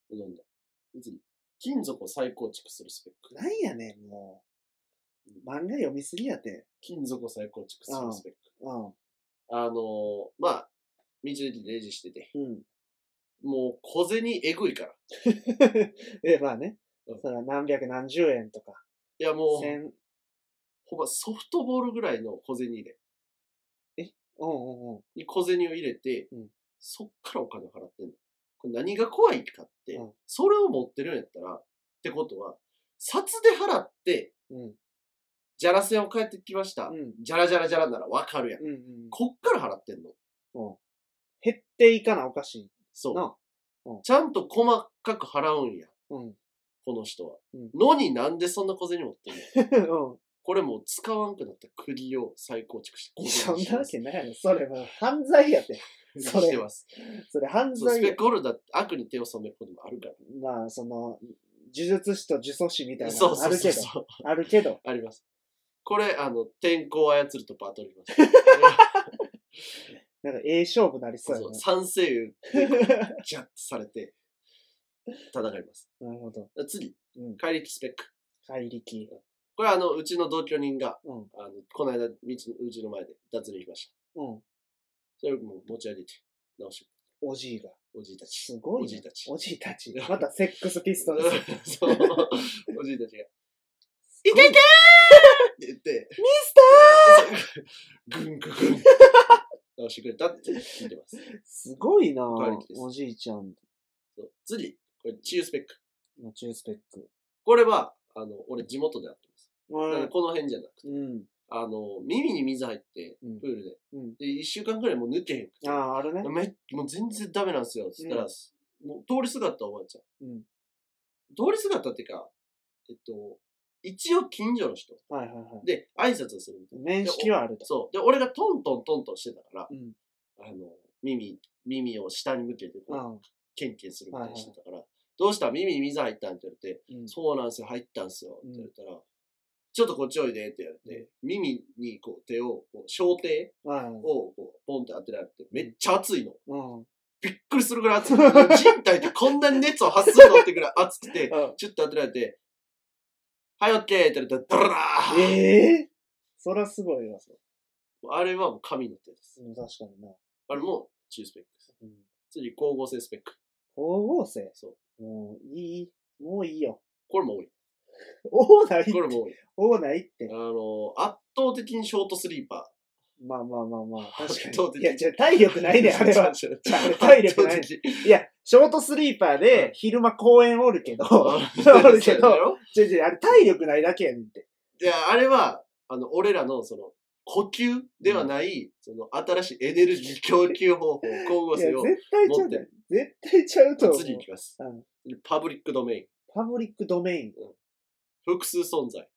どんどん。次。金属を再構築するスペック。 なんやねん、もう。漫画読みすぎやて。 金属を再構築するスペック。 うん。 あのー、まあ、道の駅でレジしてて。 うん。 もう小銭えぐいから。 え、まあね。うん、それは何百何十円とか。 いやもう、ほばソフトボールぐらいの小銭入れ。 えうんうんうん。 に小銭を入れて、 うん、 そっからお金払ってんの。これ何が怖いかって、うん、それを持ってるんやったら、ってことは、札で払って、うん、じゃらせを返ってきました。うん、じゃらじゃらじゃらならわかるやん。うんうん、こっから払ってんの。 うん、減っていかなおかしい。 そう。うん、ちゃんと細かく払うんや。うん、この人は。うん、のになんでそんな小銭持ってんの、うん、これもう使わんくなった国を再構築して。 そんなわけないやろ。それもう犯罪やて。それ。してます。それ犯罪や。 スペックホルダーって悪に手を染めることもあるから。 まあ、その、呪術師と呪詛師みたいなのあるけど。そうそうそうそうあるけど。 あります。これ、あの、天候を操るとバトります。 なんか、ええ勝負なりそうやな。 三星雨ジャッとされて、戦います。 なるほど。 次、うん、怪力スペック。 怪力。 これあの、うちの同居人が、うん、あのこの間、道うちの前で脱輪しました。うん。それをもう持ち上げて、直して。 おじいが。 おじいたち。 すごい、ね。 おじいたち。 おじいたち。またセックスピストルズ。 そう。おじいたちが、いけいけーって言って、 ミスターぐんぐんぐん。直してくれたって聞いてます。 すごいなぁ。おじいちゃん。 そう。次、これ、チュースペック。 チュースペック。 これは、あの、俺地元でやってます。うん、この辺じゃなくて。うん、あの、耳に水入って、プールで。うん、で、一週間くらいもう抜けへんくて。 ああ、あるね。 めもう全然ダメなんですよ。つったら、うん、もう通りすがったおばあちゃん。うん、通りすがったっていうか、えっと、一応近所の人。はいはいはい。で、挨拶をするみたいな。 面識はあると。 そう。で、俺がトントントントンしてたから、うん、あの、耳、耳を下に向けてこう、ケンケンするみたいにしてたから、はいはい、どうした耳に水入ったんって言われて、うん、そうなんですよ、入ったんすよ。って言われたら、うん、ちょっとこっちおいでって言われて、うん、耳にこう手を、こう小手をこうポンって当てられて、めっちゃ熱いの。うん、びっくりするぐらい熱い。人体ってこんなに熱を発するのってぐらい熱くて、うん、ちょっと当てられて、はい、オッケーって言われたら、ドラーええー、そらすごいわ、それ。 あれはもう神の手です。 うん、確かにな。 あれもチュースペックです。うん、次、光合成スペック。 光合成そう。 もういい。もういいよ。 これも多い。 多ないって。 これも多い。 多ないって。 あの、圧倒的にショートスリーパー。 まあまあまあまあ、確かに。いや、じゃ体力ないね、あれは。じゃ体力ない。いや、ショートスリーパーで昼間公園おるけど、おるけど、じゃじゃあれ体力ないだけやねんって。 いや、あれは、あの、俺らのその、呼吸ではない、うん、その、新しいエネルギー供給方法、光合成を持ってる。 絶対ちゃう。絶対ちゃうと思う。 次行きます。うん、パブリックドメイン。 パブリックドメイン。うん、 複数存在。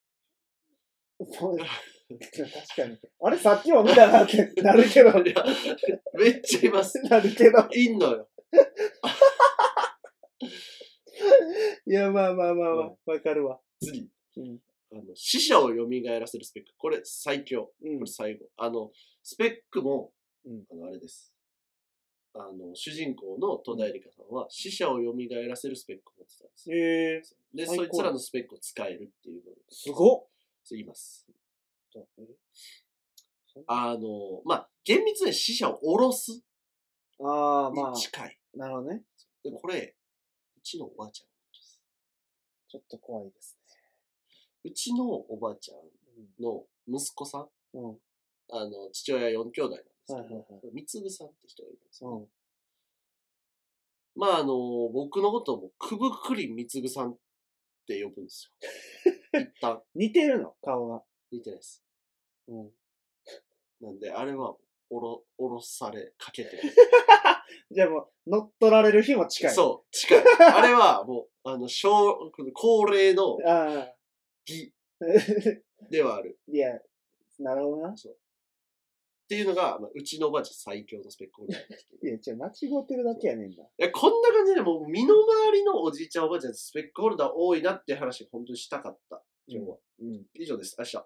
確かに。あれさっきも見たなってなるけど。いや、 めっちゃいます。 なるけど。 いんのよ。 いや、まあまあまあまあ、わ、うん、かるわ。 次。うん、あの死者を蘇らせるスペック。これ最強。うん、これ最後。あの、スペックも、うん、あの、あれです。あの、主人公の戸田恵梨香さんは死者を蘇らせるスペックを持ってたんです。へー。で、そいつらのスペックを使えるっていうのすごっ言います。あの、まあ、厳密に死者を下ろす。 ああ、まあ。 近い。 なるほどね。 で、これ、うちのおばあちゃんです。 ちょっと怖いですね。うちのおばあちゃんの息子さん、うん、あの、父親よん兄弟なんですけど、はいはいはい、みつぐさんって人がいるんですよ、ね。うん、まあ、あの、僕のこともくぶくりみつぐさんって呼ぶんですよ。一旦。 似てるの顔が。 似てないです。うん。なんで、あれは、おろ、おろされかけてる。 じゃあもう、乗っ取られる日も近い。 そう、近い。あれは、もう、あの、小、高齢の儀ではある。 いや、なるほどな。 そう。っていうのが、まあ、うちのおばあちゃん最強のスペックホルダーなんですけど。 いや、じゃあ間違ってるだけやねんな。いや、こんな感じで、もう、身の回りのおじいちゃんおばあちゃんスペックホルダー多いなっていう話を本当にしたかった。今日は。うん。以上です。明日。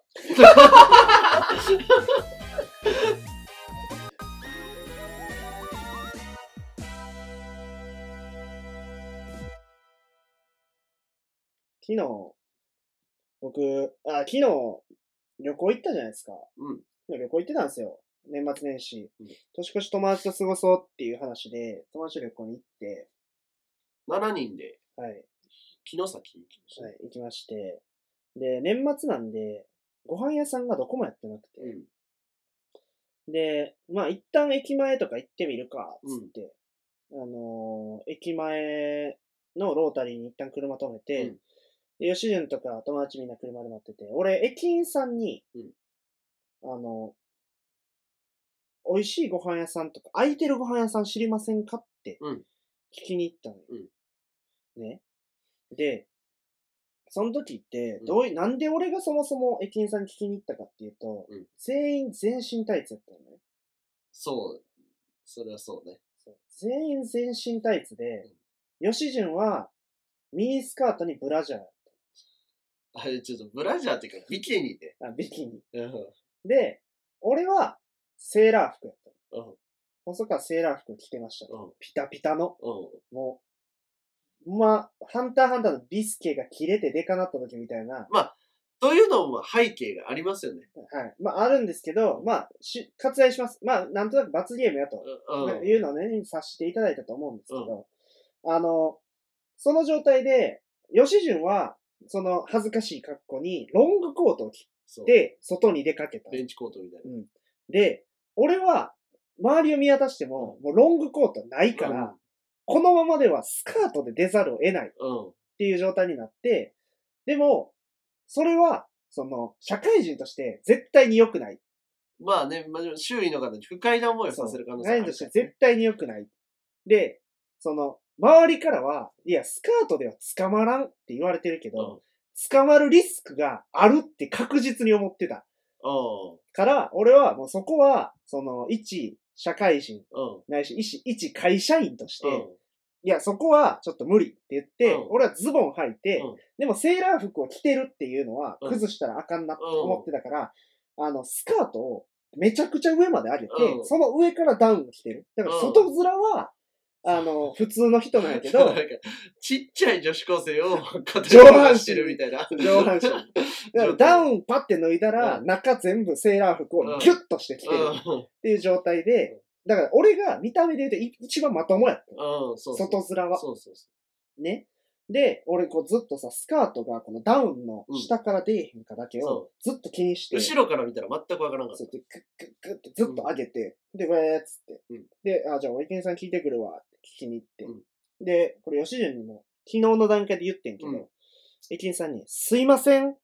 昨日、僕、あ、昨日、旅行行ったじゃないですか。 うん。 旅行行ってたんですよ。年末年始。うん、年越し友達と過ごそうっていう話で、友達と旅行に行って。 しちにんで。 はい。 城崎に行きました。 はい、行きまして。で、年末なんで、ご飯屋さんがどこもやってなくて。うん、で、まあ一旦駅前とか行ってみるか、つって。うん、あのー、駅前のロータリーに一旦車止めて、うんで、吉純とか友達みんな車で待ってて、俺、駅員さんに、うん、あの、美味しいご飯屋さんとか、空いてるご飯屋さん知りませんかって聞きに行ったのよ。うん、ね。で、その時って、どういう、うん、なんで俺がそもそも駅員さんに聞きに行ったかっていうと、うん、全員全身タイツやったのね。 そう。それはそうね。 そう全員全身タイツで、うん、吉純はミニスカートにブラジャー。 あれ、ちょっとブラジャーっていうか、ビキニで。 あ、ビキニ。で、俺は、セーラー服やった。うん。細川セーラー服着てました。うん。ピタピタの。うん。もう、まあ、ハンターハンターのビスケが切れてデカなった時みたいな。 まあ、というのも背景がありますよね。 はい。まあ、あるんですけど、まあ、し、割愛します。まあ、なんとなく罰ゲームやと、うん、いうのをね、察していただいたと思うんですけど、うん、あの、その状態で、吉純は、その恥ずかしい格好にロングコートを着て、外に出かけた。 ベンチコートみたいな。うん。 で、俺は、周りを見渡しても、うん、もうロングコートないから、うん、このままではスカートで出ざるを得ないっていう状態になって、でも、それは、その、社会人として絶対に良くない。 まあね、まあ、周囲の方に不快な思いをさせる可能性がある、 ね。社会人として絶対に良くない。で、その、周りからは、いや、スカートでは捕まらんって言われてるけど、うん、捕まるリスクがあるって確実に思ってた。うん、から、俺はもうそこは、その、一社会人、うん、ないし、一、一会社員として、うん、いや、そこはちょっと無理って言って、うん、俺はズボン履いて、うん、でもセーラー服を着てるっていうのは、崩したらあかんなって思ってたから、うん、あの、スカートをめちゃくちゃ上まで上げて、うん、その上からダウンを着てる。だから外面は、あの、普通の人なんやけど、なんかちっちゃい女子高生を上半身るみたいな。上半身。だからダウンパッて脱いだら、うん、中全部セーラー服をギュッとしてきてるっていう状態で、だから俺が見た目で言うと一番まともやった。うん、そうそう外面は。そうそうそう。ね。で、俺こうずっとさ、スカートがこのダウンの下から出えへんかだけをずっと気にして。 うん、後ろから見たら全くわからんかった。そう、 で、グッグッグッってずっと上げて、うん、で、ウェーっつって。うん、で、あ、じゃあ、お池さん聞いてくるわって聞きに行って。うん、で、これ吉純にも昨日の段階で言ってんけど、うん、駅員さんに、すいませんって、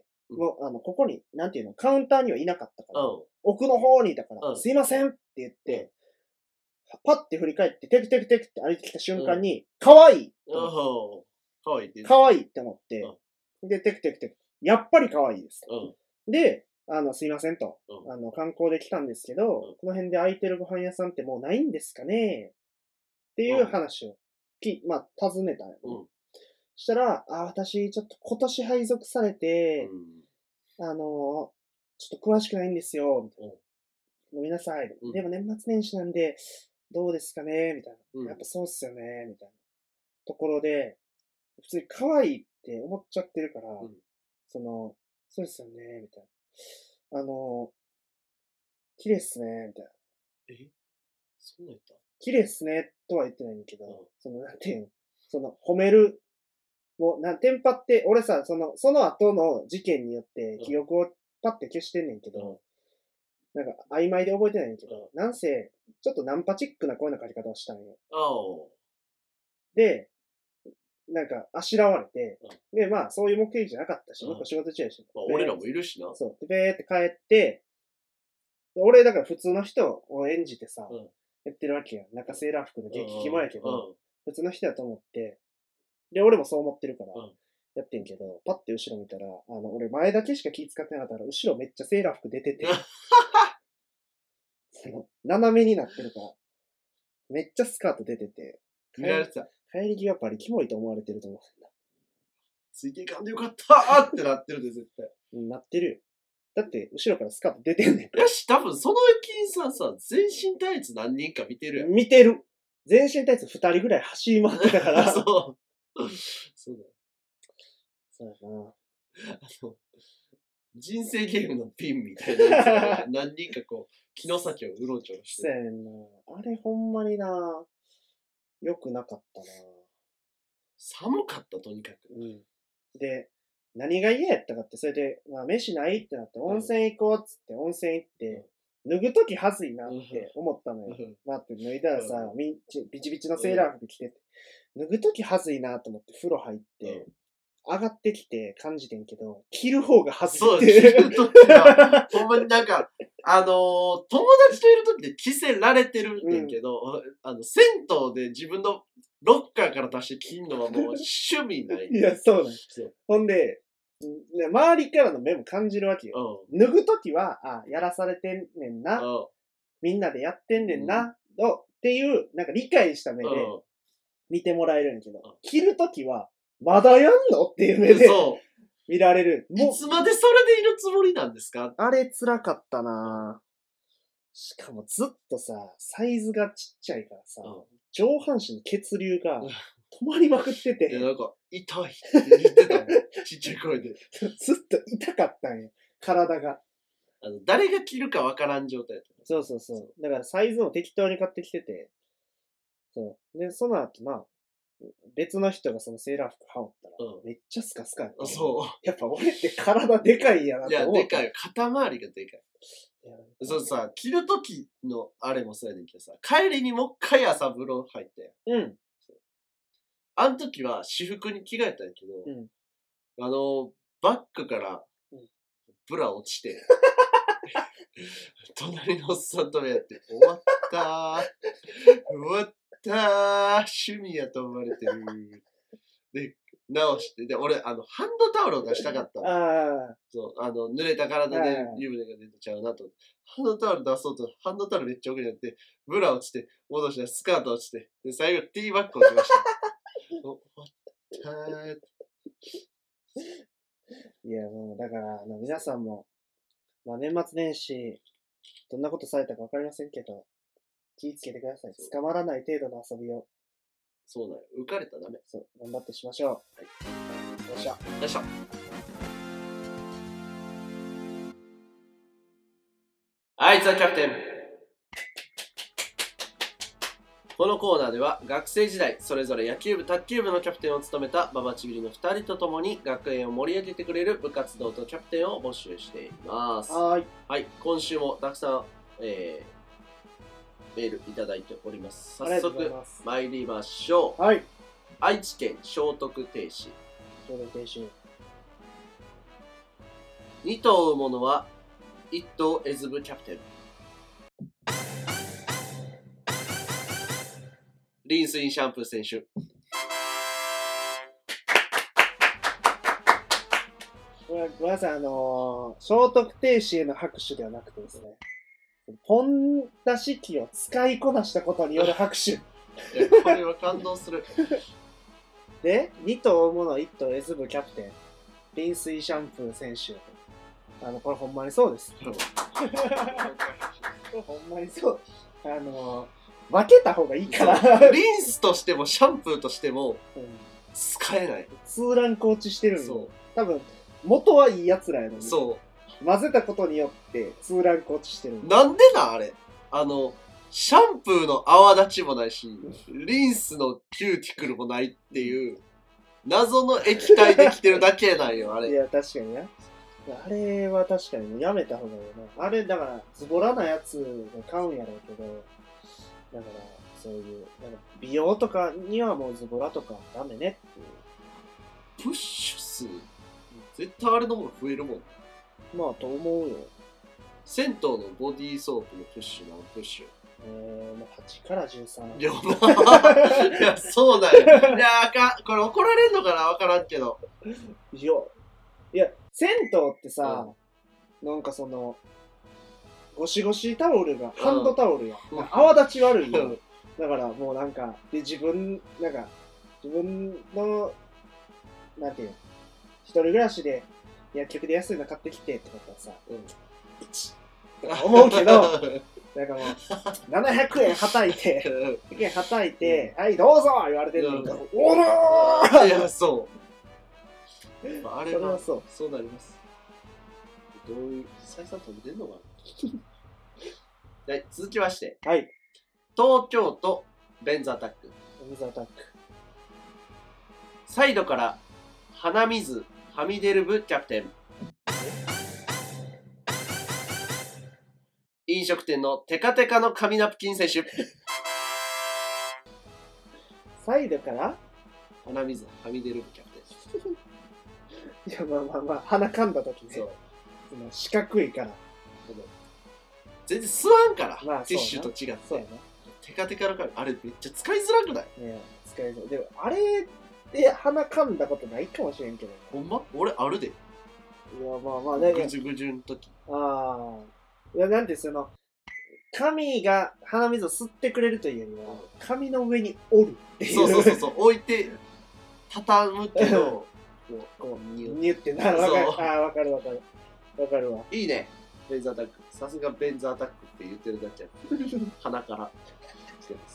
うん、もう、あの、ここに、なんていうの、カウンターにはいなかったから、うん、奥の方にいたから、うん、すいませんって言って、うん、パッて振り返って、テクテクテクって歩いてきた瞬間に、かわいいかわいいって。 かわいいって思って、うん、で、テクテクテク、やっぱりかわいいです。うん、で、あの、すいませんと、うん、あの、観光で来たんですけど、うん、この辺で空いてるご飯屋さんってもうないんですかねっていう話を、き、まあ、尋ねたんよ、ね。うん、したら、あ、私、ちょっと今年配属されて、うん、あの、ちょっと詳しくないんですよ、みたいな。ごめんなさい。うん、でも年末年始なんで、どうですかねみたいな、うん。やっぱそうっすよねみたいな。ところで、普通に可愛いって思っちゃってるから、うん、その、そうですよねみたいな。あの、綺麗っすねみたいな。 えそうなんやった？ 綺麗っすねとは言ってないんだけど、うん、その、なんていうの、その、褒める、もう、なん、テンパって、俺さ、その、その後の事件によって記憶をパッて消してんねんけど、うん、なんか曖昧で覚えてないんだけど、うん、なんせ、ちょっとナンパチックな声の書き方をしたんよ。で、なんか、あしらわれて、うん、で、まあ、そういう目的じゃなかったし、僕、うん、仕事中やし。 まあ、俺らもいるしな。 そう。で、べーって帰って、俺、だから普通の人を演じてさ、うん、やってるわけや。中セーラー服の激キモやけど、うん、普通の人やと思って、で、俺もそう思ってるから、やってんけど、パッて後ろ見たら、あの、俺前だけしか気使ってなかったら、後ろめっちゃセーラー服出てて、その、斜めになってるから、めっちゃスカート出てて、 見られてた。 帰り際やっぱりキモいと思われてると思うんだ。 ついていかんでよかったーってなってるで、絶対。 なってるよ。だって、後ろからスカート出てんねん。 よし、多分その駅員さんさ、全身タイツ何人か見てるやん。 見てる。全身タイツ二人ぐらい走り回ってたから。 そう。そうだよ。 そうやな。 あの、人生ゲームのピンみたいなやつが何人かこう、木の先をうろちょろしてる。そうやねんな。あれほんまにな、良くなかったな。 寒かった、とにかく。 うん。で、何が嫌やったかって、それで、まあ、飯ないってなって、温泉行こうっつって、温泉行って、脱ぐときはずいなって思ったのよ。待って、脱いだらさ、みビチビチのセーラー服着てて、脱ぐときはずいなと思って風呂入って、上がってきて感じてんけど、着る方がはずいって。 そう、着るときは、ほんまになんか、あのー、友達といるときで着せられてるんねんけど、うん、あの、銭湯で自分のロッカーから出して着んのはもう趣味ない。 いや、そうなんですよ。ほんで、周りからの目も感じるわけよ。うん、脱ぐときは、あ、やらされてんねんな。うん、みんなでやってんねんな。うん、っていう、なんか理解した目で見てもらえるんやけど、うん、着るときは、まだやんのっていう目で見られる。 いつまでそれでいるつもりなんですか？ あれ辛かったなぁ。しかもずっとさ、サイズがちっちゃいからさ、うん、上半身の血流が止まりまくってて。 いや、なんか、痛いって言ってたもん。ちっちゃい声で。 ずっと痛かったんよ。体が。 あの、誰が着るかわからん状態だった。 そうそうそう。だからサイズも適当に買ってきてて。そう。で、その後な、別の人がそのセーラー服羽織ったら、うん、めっちゃスカスカやった。 そう。 やっぱ俺って体でかいんやなって思った。 いや、でかい。肩周りがでかい。そうさ、着るときのあれもそうやねんけどさ、帰りにもう一回朝風呂入って。うん。あの時は私服に着替えたんやけど、うん、あの、バッグからブラ落ちて、隣のおっさんとやって、終わったー。終わったー。趣味やと思われてる。で、直して、で、俺、あの、ハンドタオルを出したかったの。あそう、あの、濡れた体で湯船が出てちゃうなと思って。ハンドタオル出そうと、ハンドタオルめっちゃ奥になって、ブラ落ちて、戻したらスカート落ちて、で、最後、ティーバッグ落ちました。終わったー。 いや、もう、だから、あの、皆さんも、まあ、年末年始、どんなことされたかわかりませんけど、気ぃつけてください。捕まらない程度の遊びを。 そうだよ。浮かれたらダメ。 そう、頑張ってしましょう。はい。よっしゃ。よっしゃ。はい、ザ・キャプテン。このコーナーでは学生時代それぞれ野球部卓球部のキャプテンを務めたババチビリのふたりとともに学園を盛り上げてくれる部活動とキャプテンを募集しています。 はい、 はい、今週もたくさん、えー、メールいただいております。早速参りましょう。 はい、 愛知県聖徳亭市。 聖徳亭市。 に頭追う者はいっ頭エズ部キャプテン。リンスインシャンプー選手。 ごめんなさい、あのー、聖徳亭市への拍手ではなくてですね、ポン出し機を使いこなしたことによる拍手。 いや、これは感動する。 で、に頭追う者いっ頭エズ部キャプテン、リンスインシャンプー選手。あの、これほんまにそうです。これほんまにそう。あのー、分けた方がいいから。 リンスとしてもシャンプーとしても使えない。 ツーランク落ちしてるんよ。多分元はいいやつらやのに。そう。混ぜたことによってツーランク落ちしてる。 なんでなあれ。あのシャンプーの泡立ちもないし、リンスのキューティクルもないっていう謎の液体できてるだけなんよあれ。 いや確かにね。あれは確かにやめた方がいいよな。あれだからズボラなやつが買うんやろうけど。だから、そういう、なんか美容とかにはもうズボラとかダメねっていう。 プッシュ数絶対あれの方が増えるもん。 まあ、と思うよ。 銭湯のボディーソープのプッシュ何プッシュえー、もうはちからじゅうさん。 いや、いやそうだよ。いや、あかん。これ怒られんのかなわからんけど。 いや、いや、銭湯ってさ、うん、なんかその、ゴシゴシタオルが、ハンドタオルや。うん、泡立ち悪いよ。だからもうなんか、で、自分、なんか、自分の、なんていうの、一人暮らしで薬局で安いの買ってきてってことはさ、うん、いちとか思うけど、なんかもう、ななひゃくえんはたいて、ひゃくえんはたいて、うん、はい、どうぞ言われてるのに、うん、おろーいや、そう。 あれはそうそうなります。どういう採算飛んでんのかな。はい、続きまして、はい、東京都ベンズアタック。 ベンズアタック。 サイドから鼻水はみ出る部キャプテン。飲食店のテカテカの紙ナプキン選手。 サイドから鼻水はみ出る部キャプテン。いや、まあまあまあ、鼻かんだ時ね。そう。その四角いから。 全然吸わんから、まあ、ティッシュと違って。そうやね。テカテカの紙、あれめっちゃ使いづらくない？ いや、使いづらい。でも、あれで鼻かんだことないかもしれんけど。 ほんま？俺あるで。いや、まあまあ、だけど。 ぐじゅぐじゅの時。 ああ。いや、なんてその、紙が鼻水を吸ってくれるというよりは、紙の上に折るっていう。 そうそうそうそう、置いて、畳むけど、 こう、ニュニュってなる。わかる。ああ、わかるわかる。わかるわ。 いいね。ベンズアタック。さすがベンズアタックって言ってるだけ。鼻からしてます。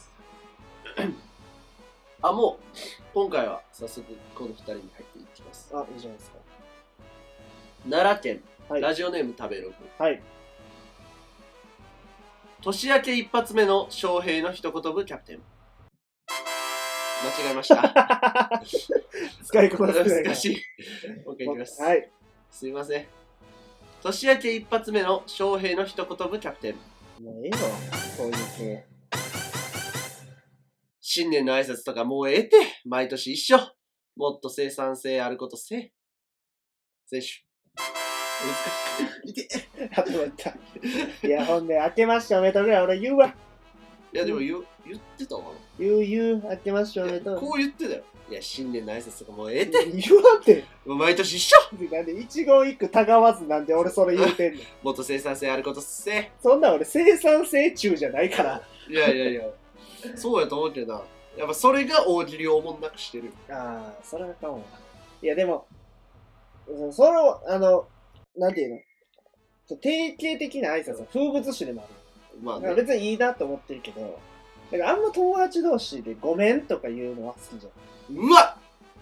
あ、もう、今回は早速このふたりに入っていきます。 あ、いいじゃないですか。 奈良県、はい、ラジオネーム食べログ。はい。年明け一発目の翔平の一言部キャプテン。間違えました。 使いこなせない。 難しい。もう一回いきます。はい。すいません。年明け一発目の翔平の一言部キャプテン。 もうええよ、そういう系。 新年の挨拶とかもうええて。毎年一緒。もっと生産性あることせえ。選手。難しい。いて。 あとまた。いや、ほんで、明けましておめでとうぐらい俺言うわ。 いや、でも言う、言ってたかな。 言う言う、明けましておめでとう。 こう言ってたよ。いや、新年の挨拶とかもうええて。 言わんて。 もう毎年一緒。 なんで一言一句たがわずなんで俺それ言うてんの。 もっと生産性あることせえ。 そんな俺生産性中じゃないから。 いやいやいや。そうやと思うけどな。やっぱそれが大喜利をおもんなくしてる。 ああ、それはかも。いやでも、それを、あの、なんていうの定型的な挨拶は風物詩でもある。まあ、ね、別にいいなと思ってるけど、だからあんま友達同士でごめんとか言うのは好きじゃん。 うわ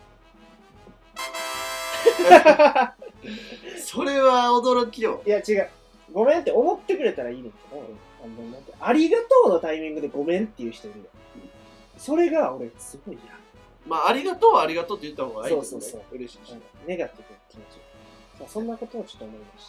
っそれは驚きよ。 いや違う。ごめんって思ってくれたらいいねんけど、あのなんてありがとうのタイミングでごめんっていう人いるよ。それが俺すごい嫌。 まあありがとうはありがとうって言った方がいい、ね。 そうそうそう。 嬉しいし。 ネガティブな気持ち。まあ、そんなことをちょっと思いました。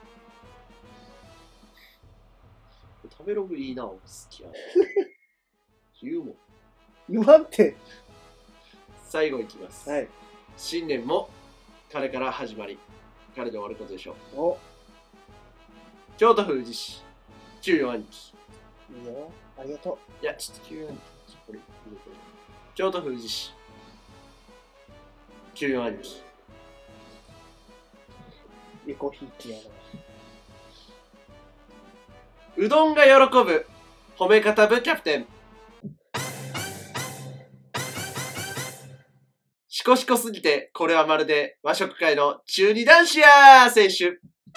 食べログいいな、好きや。言うもん。 言わんて。 最後いきます。はい。新年も彼から始まり、彼で終わることでしょう。お京都府宇治市、きゅうよん兄貴。 いいよ。ありがとう。いや、ちょっときゅうよん兄貴。これ、京都府宇治市、きゅうよん兄貴。 横引きやな。 うどんが喜ぶ褒め方部キャプテン。シコシコすぎてこれはまるで和食界の中二男子やー選手。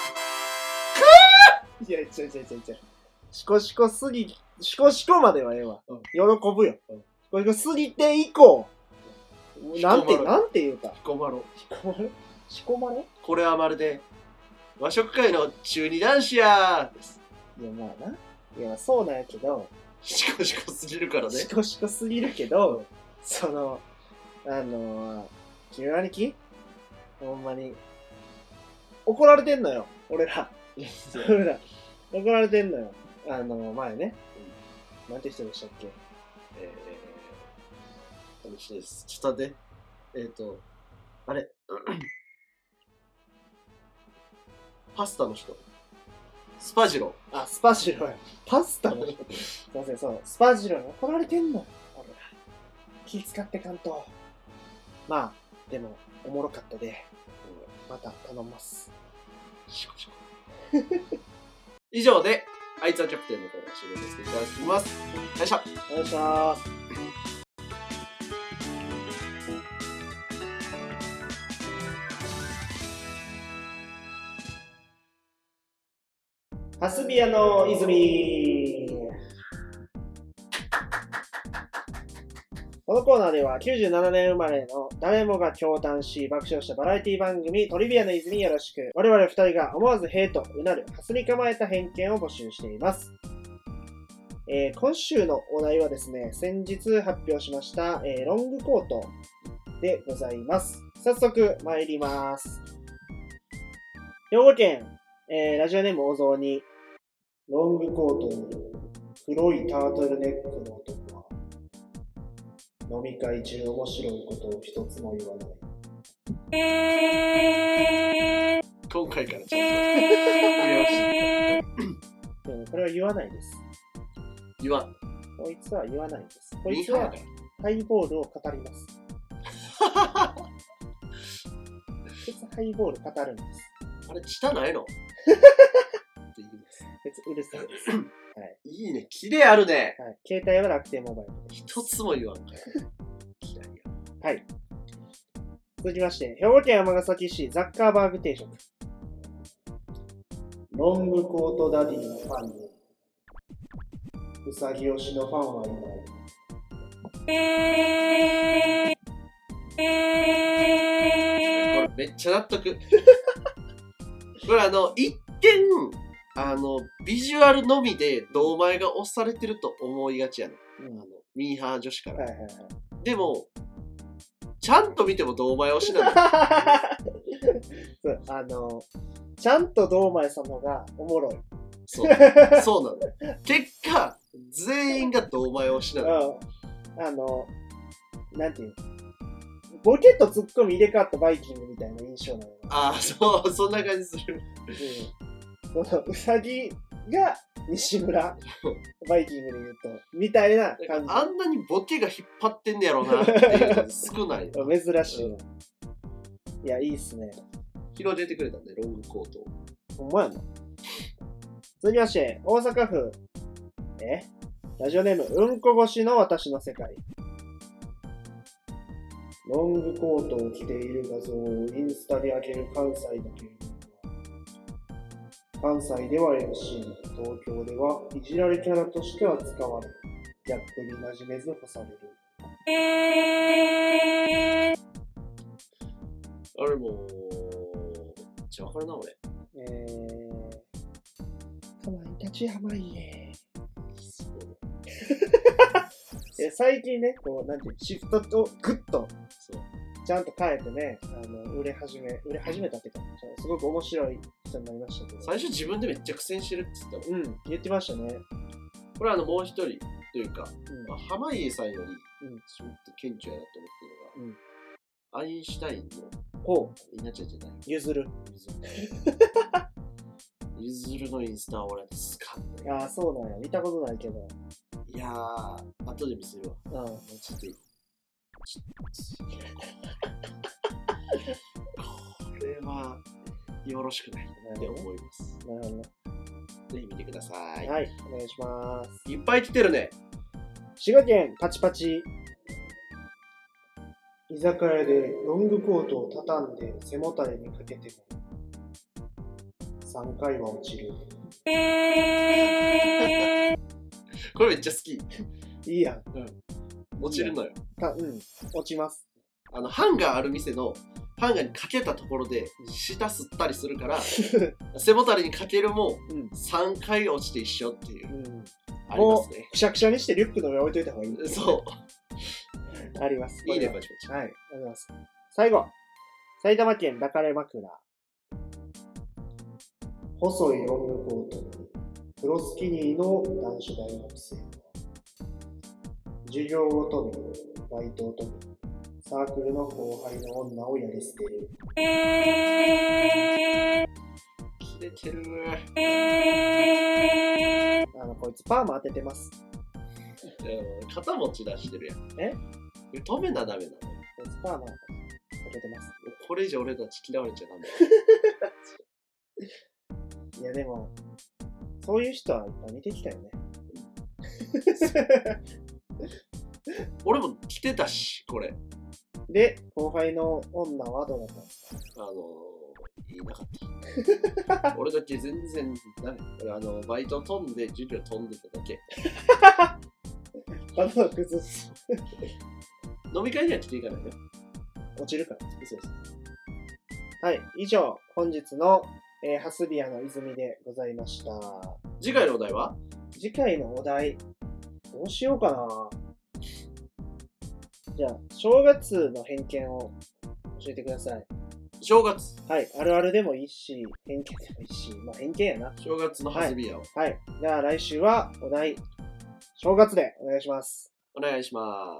いや、違う違う違う違う。シコシコすぎ、シコシコまではええわ。うん、喜ぶよ。うん、シコシコすぎて以降。なんて、なんて言うか。 シコマロ。 シコマロシコマロこれはまるで和食界の中二男子やーです。 いや、まあな。いや、そうなんやけど。 シコシコすぎるからね。 シコシコすぎるけど、その、あのー、君兄貴ほんまに。怒られてんのよ、俺ら。俺ら。怒られてんのよ。あのー、前ね。うん、なんて人でしたっけえー、あの人です。ちょっと待って。えっ、ー、と、あれ。パスタの人。スパジロー。あ、スパジローや。パスタの人。すいません、そう。スパジローに怒られてんのよ。俺ら。気使ってかんと。まあ、でも、おもろかったで、うん、また頼みます。 シコシコ以上で、あいつはキャプテンのコーナー終了させていただきます。よいしょ。 よいしょ。ハスビアの泉。 このコーナーではきゅうじゅうななねん生まれの誰もが驚嘆し爆笑したバラエティ番組トリビアの泉よろしく。我々二人が思わずへーとうなるハスに構えた偏見を募集しています。えー、今週のお題はですね、先日発表しました、えー、ロングコートでございます。早速参ります。兵庫県、えー、ラジオネームお雑煮。ロングコートに黒いタートルネックの男は飲み会中面白いことを一つも言わない。 今回からちゃんと入れました。これは言わないです。 言わん。 こいつは言わないです。こいつはハイボールを語ります。こいつはハイボール語るんです。 あれ、下ないのって言います。 別にうるさいです。はい。 いいね。キレあるね。 はい。携帯は楽天モバイルです。 一つも言わんかい。嫌いや。 はい。続きまして、兵庫県尼崎市ザッカーバーグ定食。ロングコートダディのファンに、うさぎ推しのファンはいない。 これめっちゃ納得。これあの、一見、あの、ビジュアルのみで堂前が押されてると思いがちやね、うん、あのミーハー女子から。はいはいはい、でも、ちゃんと見ても堂前推しなの。 そうあの、ちゃんと堂前さんの方がおもろい。 そう、そうなの。結果、全員が堂前推しなの。 うん、あの、なんていうボケとツッコミ入れ替わったバイキングみたいな印象なの。 ああ、そう、そんな感じする。 うん、そのうさぎが西村、バイキングで言うと、みたいな感じ。 あんなにボケが引っ張ってんねやろうなっていうの少ない。 珍しい、うん。いや、いいっすね。 広げてくれたね、ロングコート。 ほんまやな。続きまして、大阪府、えラジオネーム、うんこ越しの私の世界。ロングコートを着ている画像をインスタで上げる関西だけれども、関西では エムシー、東京ではいじられキャラとしては使われ、ギャップに馴染めず干される。 あれもう、めっちゃわかるな、俺。 えー、かまいたち濱家。え最近ね、こう、なんていう、シフトをグッと、そうちゃんと変えてね、あの売れ始め、売れ始めたっていうか、すごく面白い人になりましたけど。 最初自分でめっちゃ苦戦してるって言ったもん。うん、言ってましたね。 これはあの、もう一人というか、うんまあ、濱家さんより、ちょっと顕著やなと思ってるのが、うん、アインシュタインの、 ほう、稲ちゃんじゃない。 ゆずる。 ゆずるのインスタは俺は好かんね。 ああ、そうなんや。見たことないけど。 いやー、後で見せるわ。うん。ちょっといい。ちょっと。これは、よろしくないって思います。 なるほど。 ぜひ見てください。 はい、お願いします。 いっぱい来てるね。 滋賀県パチパチ。居酒屋でロングコートを畳んで背もたれにかけてもさんかいは落ちる。 これめっちゃ好き。 いいやん。 うん。落ちるのよ。 たうん、落ちます。 あの、ハンガーある店の、ハンガーにかけたところで、下吸ったりするから、背もたれにかけるも、さんかい落ちて一緒っていう。うん、ありますね。 くしゃくしゃにしてリュックの上置いといた方がいい、ね。 そう。 あります。 いいね、パチパチ。 はい、ありがとうございます。最後。埼玉県抱かれ枕。細いロングコートに、プロスキニーの男子大学生。授業ごとに、バイトごとに、サークルの後輩の女をやり捨てる。 切れてる。 あの、こいつパーマ当ててます。 肩持ち出してるやん。 え止めなダメなの。こいつパーマ当ててます。 これ以上俺たち嫌われちゃダメ。 いやでも、そういう人はいっぱい見てきたよね。 俺も着てたし、これ。 で、後輩の女はどうだったんですか？あのー、言いなかった。俺だけ全然ダメ。俺あの、バイト飛んで、授業飛んでただけ。 頭崩す。 飲み会には来ていかないよ。 落ちるから。 そうそう。 はい、以上、本日の、えー、ハスビアの泉でございました。 次回のお題は？ 次回のお題、どうしようかな。じゃあ、正月の偏見を教えてください。 正月。 はい、あるあるでもいいし、偏見でもいいし、まあ偏見やな。 正月のハスビアを。 はい。はい、じゃあ来週はお題、正月でお願いします。 お願いします。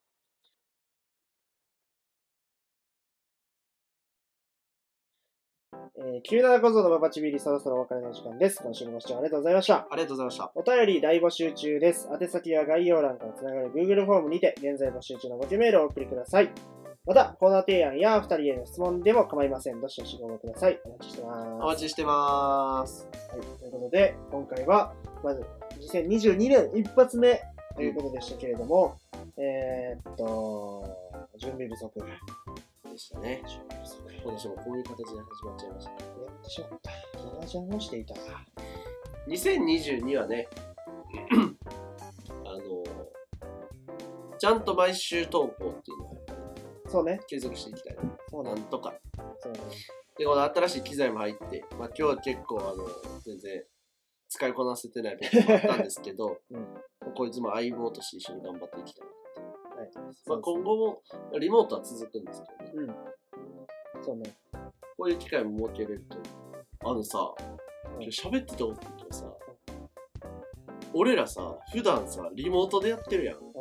えー、きゅうじゅうなな小僧のババチビリ、そろそろお別れの時間です。今週のご視聴ありがとうございました。 ありがとうございました。 お便り大募集中です。宛先は概要欄からつながる Google フォームにて、現在募集中のごきメールをお送りください。また、コーナー提案やふたりへの質問でも構いません。どしどしご応募ください。お待ちしてます。 お待ちしてます。 はい、ということで、今回は、まず、にせんにじゅうにねん一発目ということでしたけれども、うん、えー、っと、準備不足。 でしたね。準備不足。今年もこういう形で始まっちゃいました。やってしまった。麻雀をしていた。 にせんにじゅうにはね、あの、ちゃんと毎週投稿っていうのは、 そうね。 継続していきたい。 そうね。 なんとか。 そうね。 で、この新しい機材も入って、まあ今日は結構、あの、全然使いこなせてない部分もあったんですけど、うん、こいつも相棒として一緒に頑張っていきたいなって。はい。まあ今後も、リモートは続くんですけどね。 うん。そうね。 こういう機会も設けれると。あのさ、今日喋ってて思ったけどさ、俺らさ、普段さ、リモートでやってるやん。うん、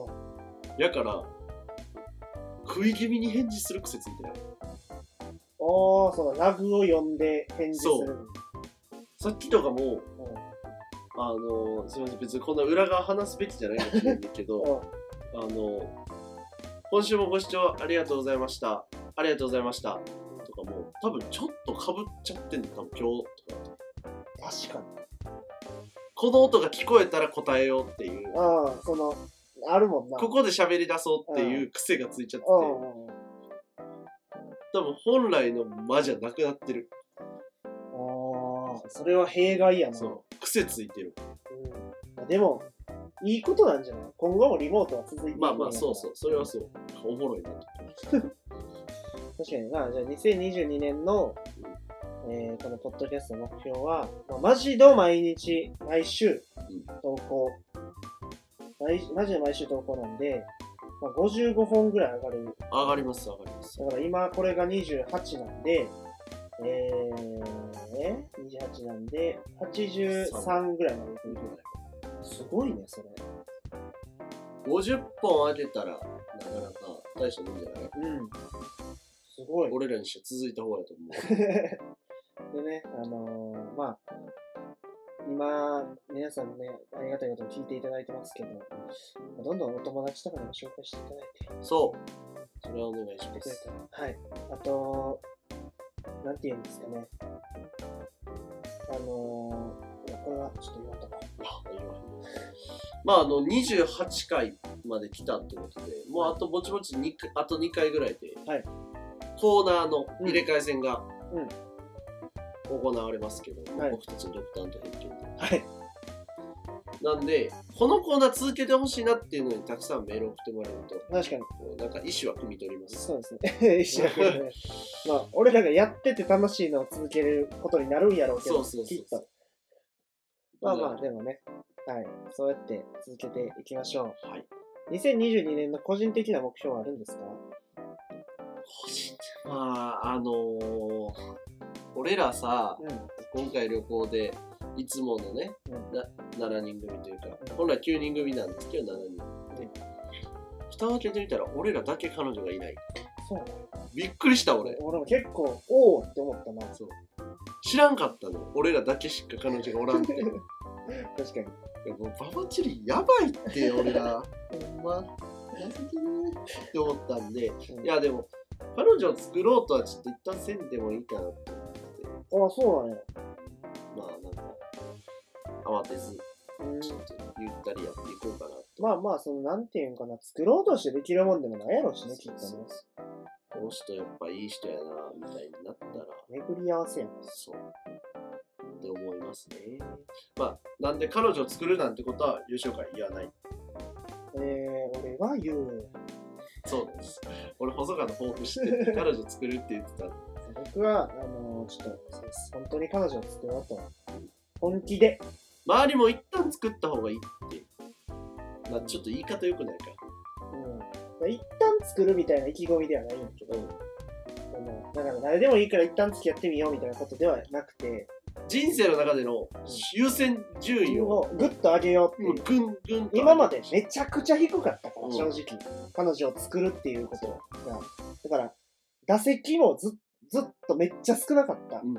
やから、食い気味に返事する癖ついてない？ おー、そうだ、ラグを読んで返事する。そう。 さっきとかも、うん、あの、すみません、別にこんな裏側話すべきじゃないかもしれないけど、うん、あの、今週もご視聴ありがとうございました。ありがとうございました。とかも、多分ちょっと被っちゃってんの、多分今日とか。 確かに。 この音が聞こえたら答えようっていう。 ああ、その、あるもんな。 ここで喋り出そうっていう癖がついちゃってて、多分本来の間じゃなくなってる。 ああ、それは弊害やな。 そう、癖ついてる。 うん、でも、いいことなんじゃない？今後もリモートは続いていく。 まあまあ、そうそう、それはそう。おもろいなと。 確かにな、じゃあにせんにじゅうにねんの、えー、このポッドキャストの目標は、まあ、マジの毎日、毎週投稿。うん、マジで毎週投稿なんで、まあ、ごじゅうごほんぐらい上がる。 上がります、上がります。 だから今これがにじゅうはちなんで、えー、にじゅうはちなんで、はちじゅうさんぐらいまでいくんじゃないか。すごいね、それ。 ごじゅっぽん当てたら、なかなか大したもんじゃない？ うん。すごい。 俺らにして続いた方やと思う。でね、あのー、まあ、今、皆さんね、ありがたいことを聞いていただいてますけど、どんどんお友達とかにも紹介していただいて。 そう。それはお願いします。 はい。あと、なんて言うんですかね。あのー、これはちょっと言わんとこう。 まあ、あの、にじゅうはちかいまで来たってことで、もうあとぼちぼちにあとにかいぐらいで、はい、コーナーの入れ替え戦が、うんうん行われますけど、はい、僕たちのドクターと偏見で。はい。なんで、このコーナー続けてほしいなっていうのにたくさんメール送ってもらえると、 確かに。 なんか意思は汲み取ります。 そうですね。意思は汲み取ります。まあ、俺らがやってて楽しいのを続けることになるんやろうけど、そうそうそうそうきっと。まあまあ、でもね、はい。そうやって続けていきましょう。はい。にせんにじゅうにねんの個人的な目標はあるんですか？ 個人的まあ、あのー、俺らさ、うん、今回旅行でいつものね、うん、なななにん組というか、うん、本来きゅうにん組なんですけどななにんで、うん、蓋を開けてみたら俺らだけ彼女がいない。そうびっくりした俺。 俺も結構おーって思ったな。そう知らんかったの。俺らだけしか彼女がおらんって。確かに。 いやもうババチリやばいって俺ら。ほんま情けねって思ったんで、うん、いやでも彼女を作ろうとはちょっと一旦せんでもいいかなって思って。 ああ、そうなんや。 まあなんか慌てず、ちょっとゆったりやっていこうかなと。 まあまあ、そのなんていうんかな、作ろうとしてできるもんでもないやろしね、きっとね。 この人やっぱいい人やな、みたいになったら。 巡り合わせやん。 そう。って思いますね。まあ、なんで彼女を作るなんてことは、吉岡は言わない。 えー、俺は言う。 そうです。俺、細川の抱負してて、彼女作るって言ってた。 僕は、あのー、ちょっと、本当に彼女を作ろうと。本気で。 周りも一旦作った方がいいって。まあ、ちょっと言い方良くないか。 うん。一旦作るみたいな意気込みではないんだけど、あのだから誰でもいいから一旦付き合ってみようみたいなことではなくて、 人生の中での優先順位をグッと上げようっていう。 ぐんぐん今までめちゃくちゃ低かったから、正直。彼女を作るっていうことが。だから、打席もずずっとめっちゃ少なかったから、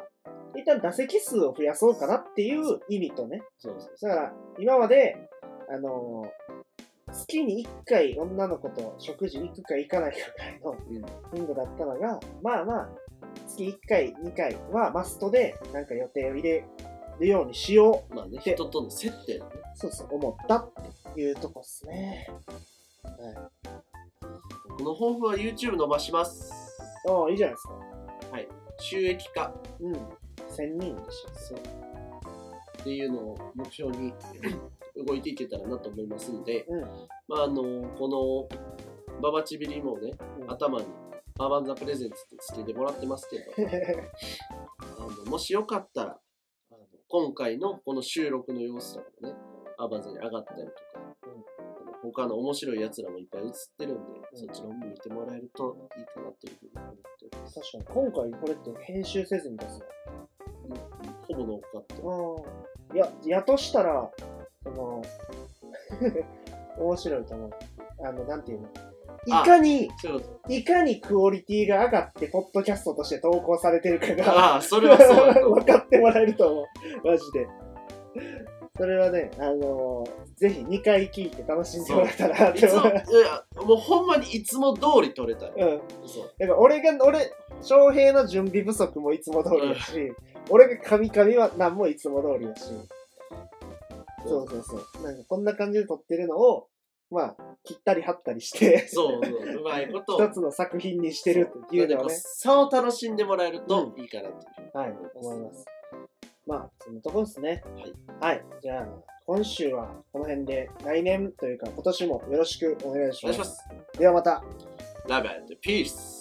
うん、一旦打席数を増やそうかなっていう意味とね。そうそうそう。だから、今まで、あのー、月にいっかい女の子と食事行くか行かないかぐらいの頻度だったのが、うん、まあまあ、月いっかい、にかいはマストでなんか予定を入れるようにしよう。 まあね、人との接点ね。 そうそう、思ったっていうとこっすね。はい。 この抱負は YouTube 伸ばします。 ああ、いいじゃないですか。 はい。収益化。 うん。せんにんでしょ。 そう。っていうのを目標に動いていけたらなと思いますので、うん、まああの、このババチビリもね、うん、頭にアーバンザプレゼンツってつけてもらってますけど、あのもしよかったら、あの今回のこの収録の様子とかもね、アーバンザに上がったりとか、うん、他の面白いやつらもいっぱい映ってるんで、うん、そっちの方も見てもらえるといいかなというふうに思っております。 確かに、今回これって編集せずに出すの、 うん、ほぼノーカット。いや、やとしたら、その、面白いと思う。あの、なんていうのいかに、いかにクオリティが上がって、ポッドキャストとして投稿されてるかが、 あそれはそうだ分かってもらえると思う。マジで。それはね、あのー、ぜひにかい聞いて楽しんでもらえたらって思う。いや、もうほんまにいつも通り撮れたよ。 うん。そう。だから俺が、俺、翔平の準備不足もいつも通りだし、うん、俺がカミカミは何もいつも通りだし。そうそうそう。なんかこんな感じで撮ってるのを、まあ、切ったり貼ったりしてそうそう、うまいこと一つの作品にしてるっていうのはね。 差を楽しんでもらえるといいかなという、 うん、はい、思います。まあ、そのところですね。はい。はい。じゃあ、今週はこの辺で、来年というか今年もよろしくお願いします。お願いします。ではまた。 Love and Peace!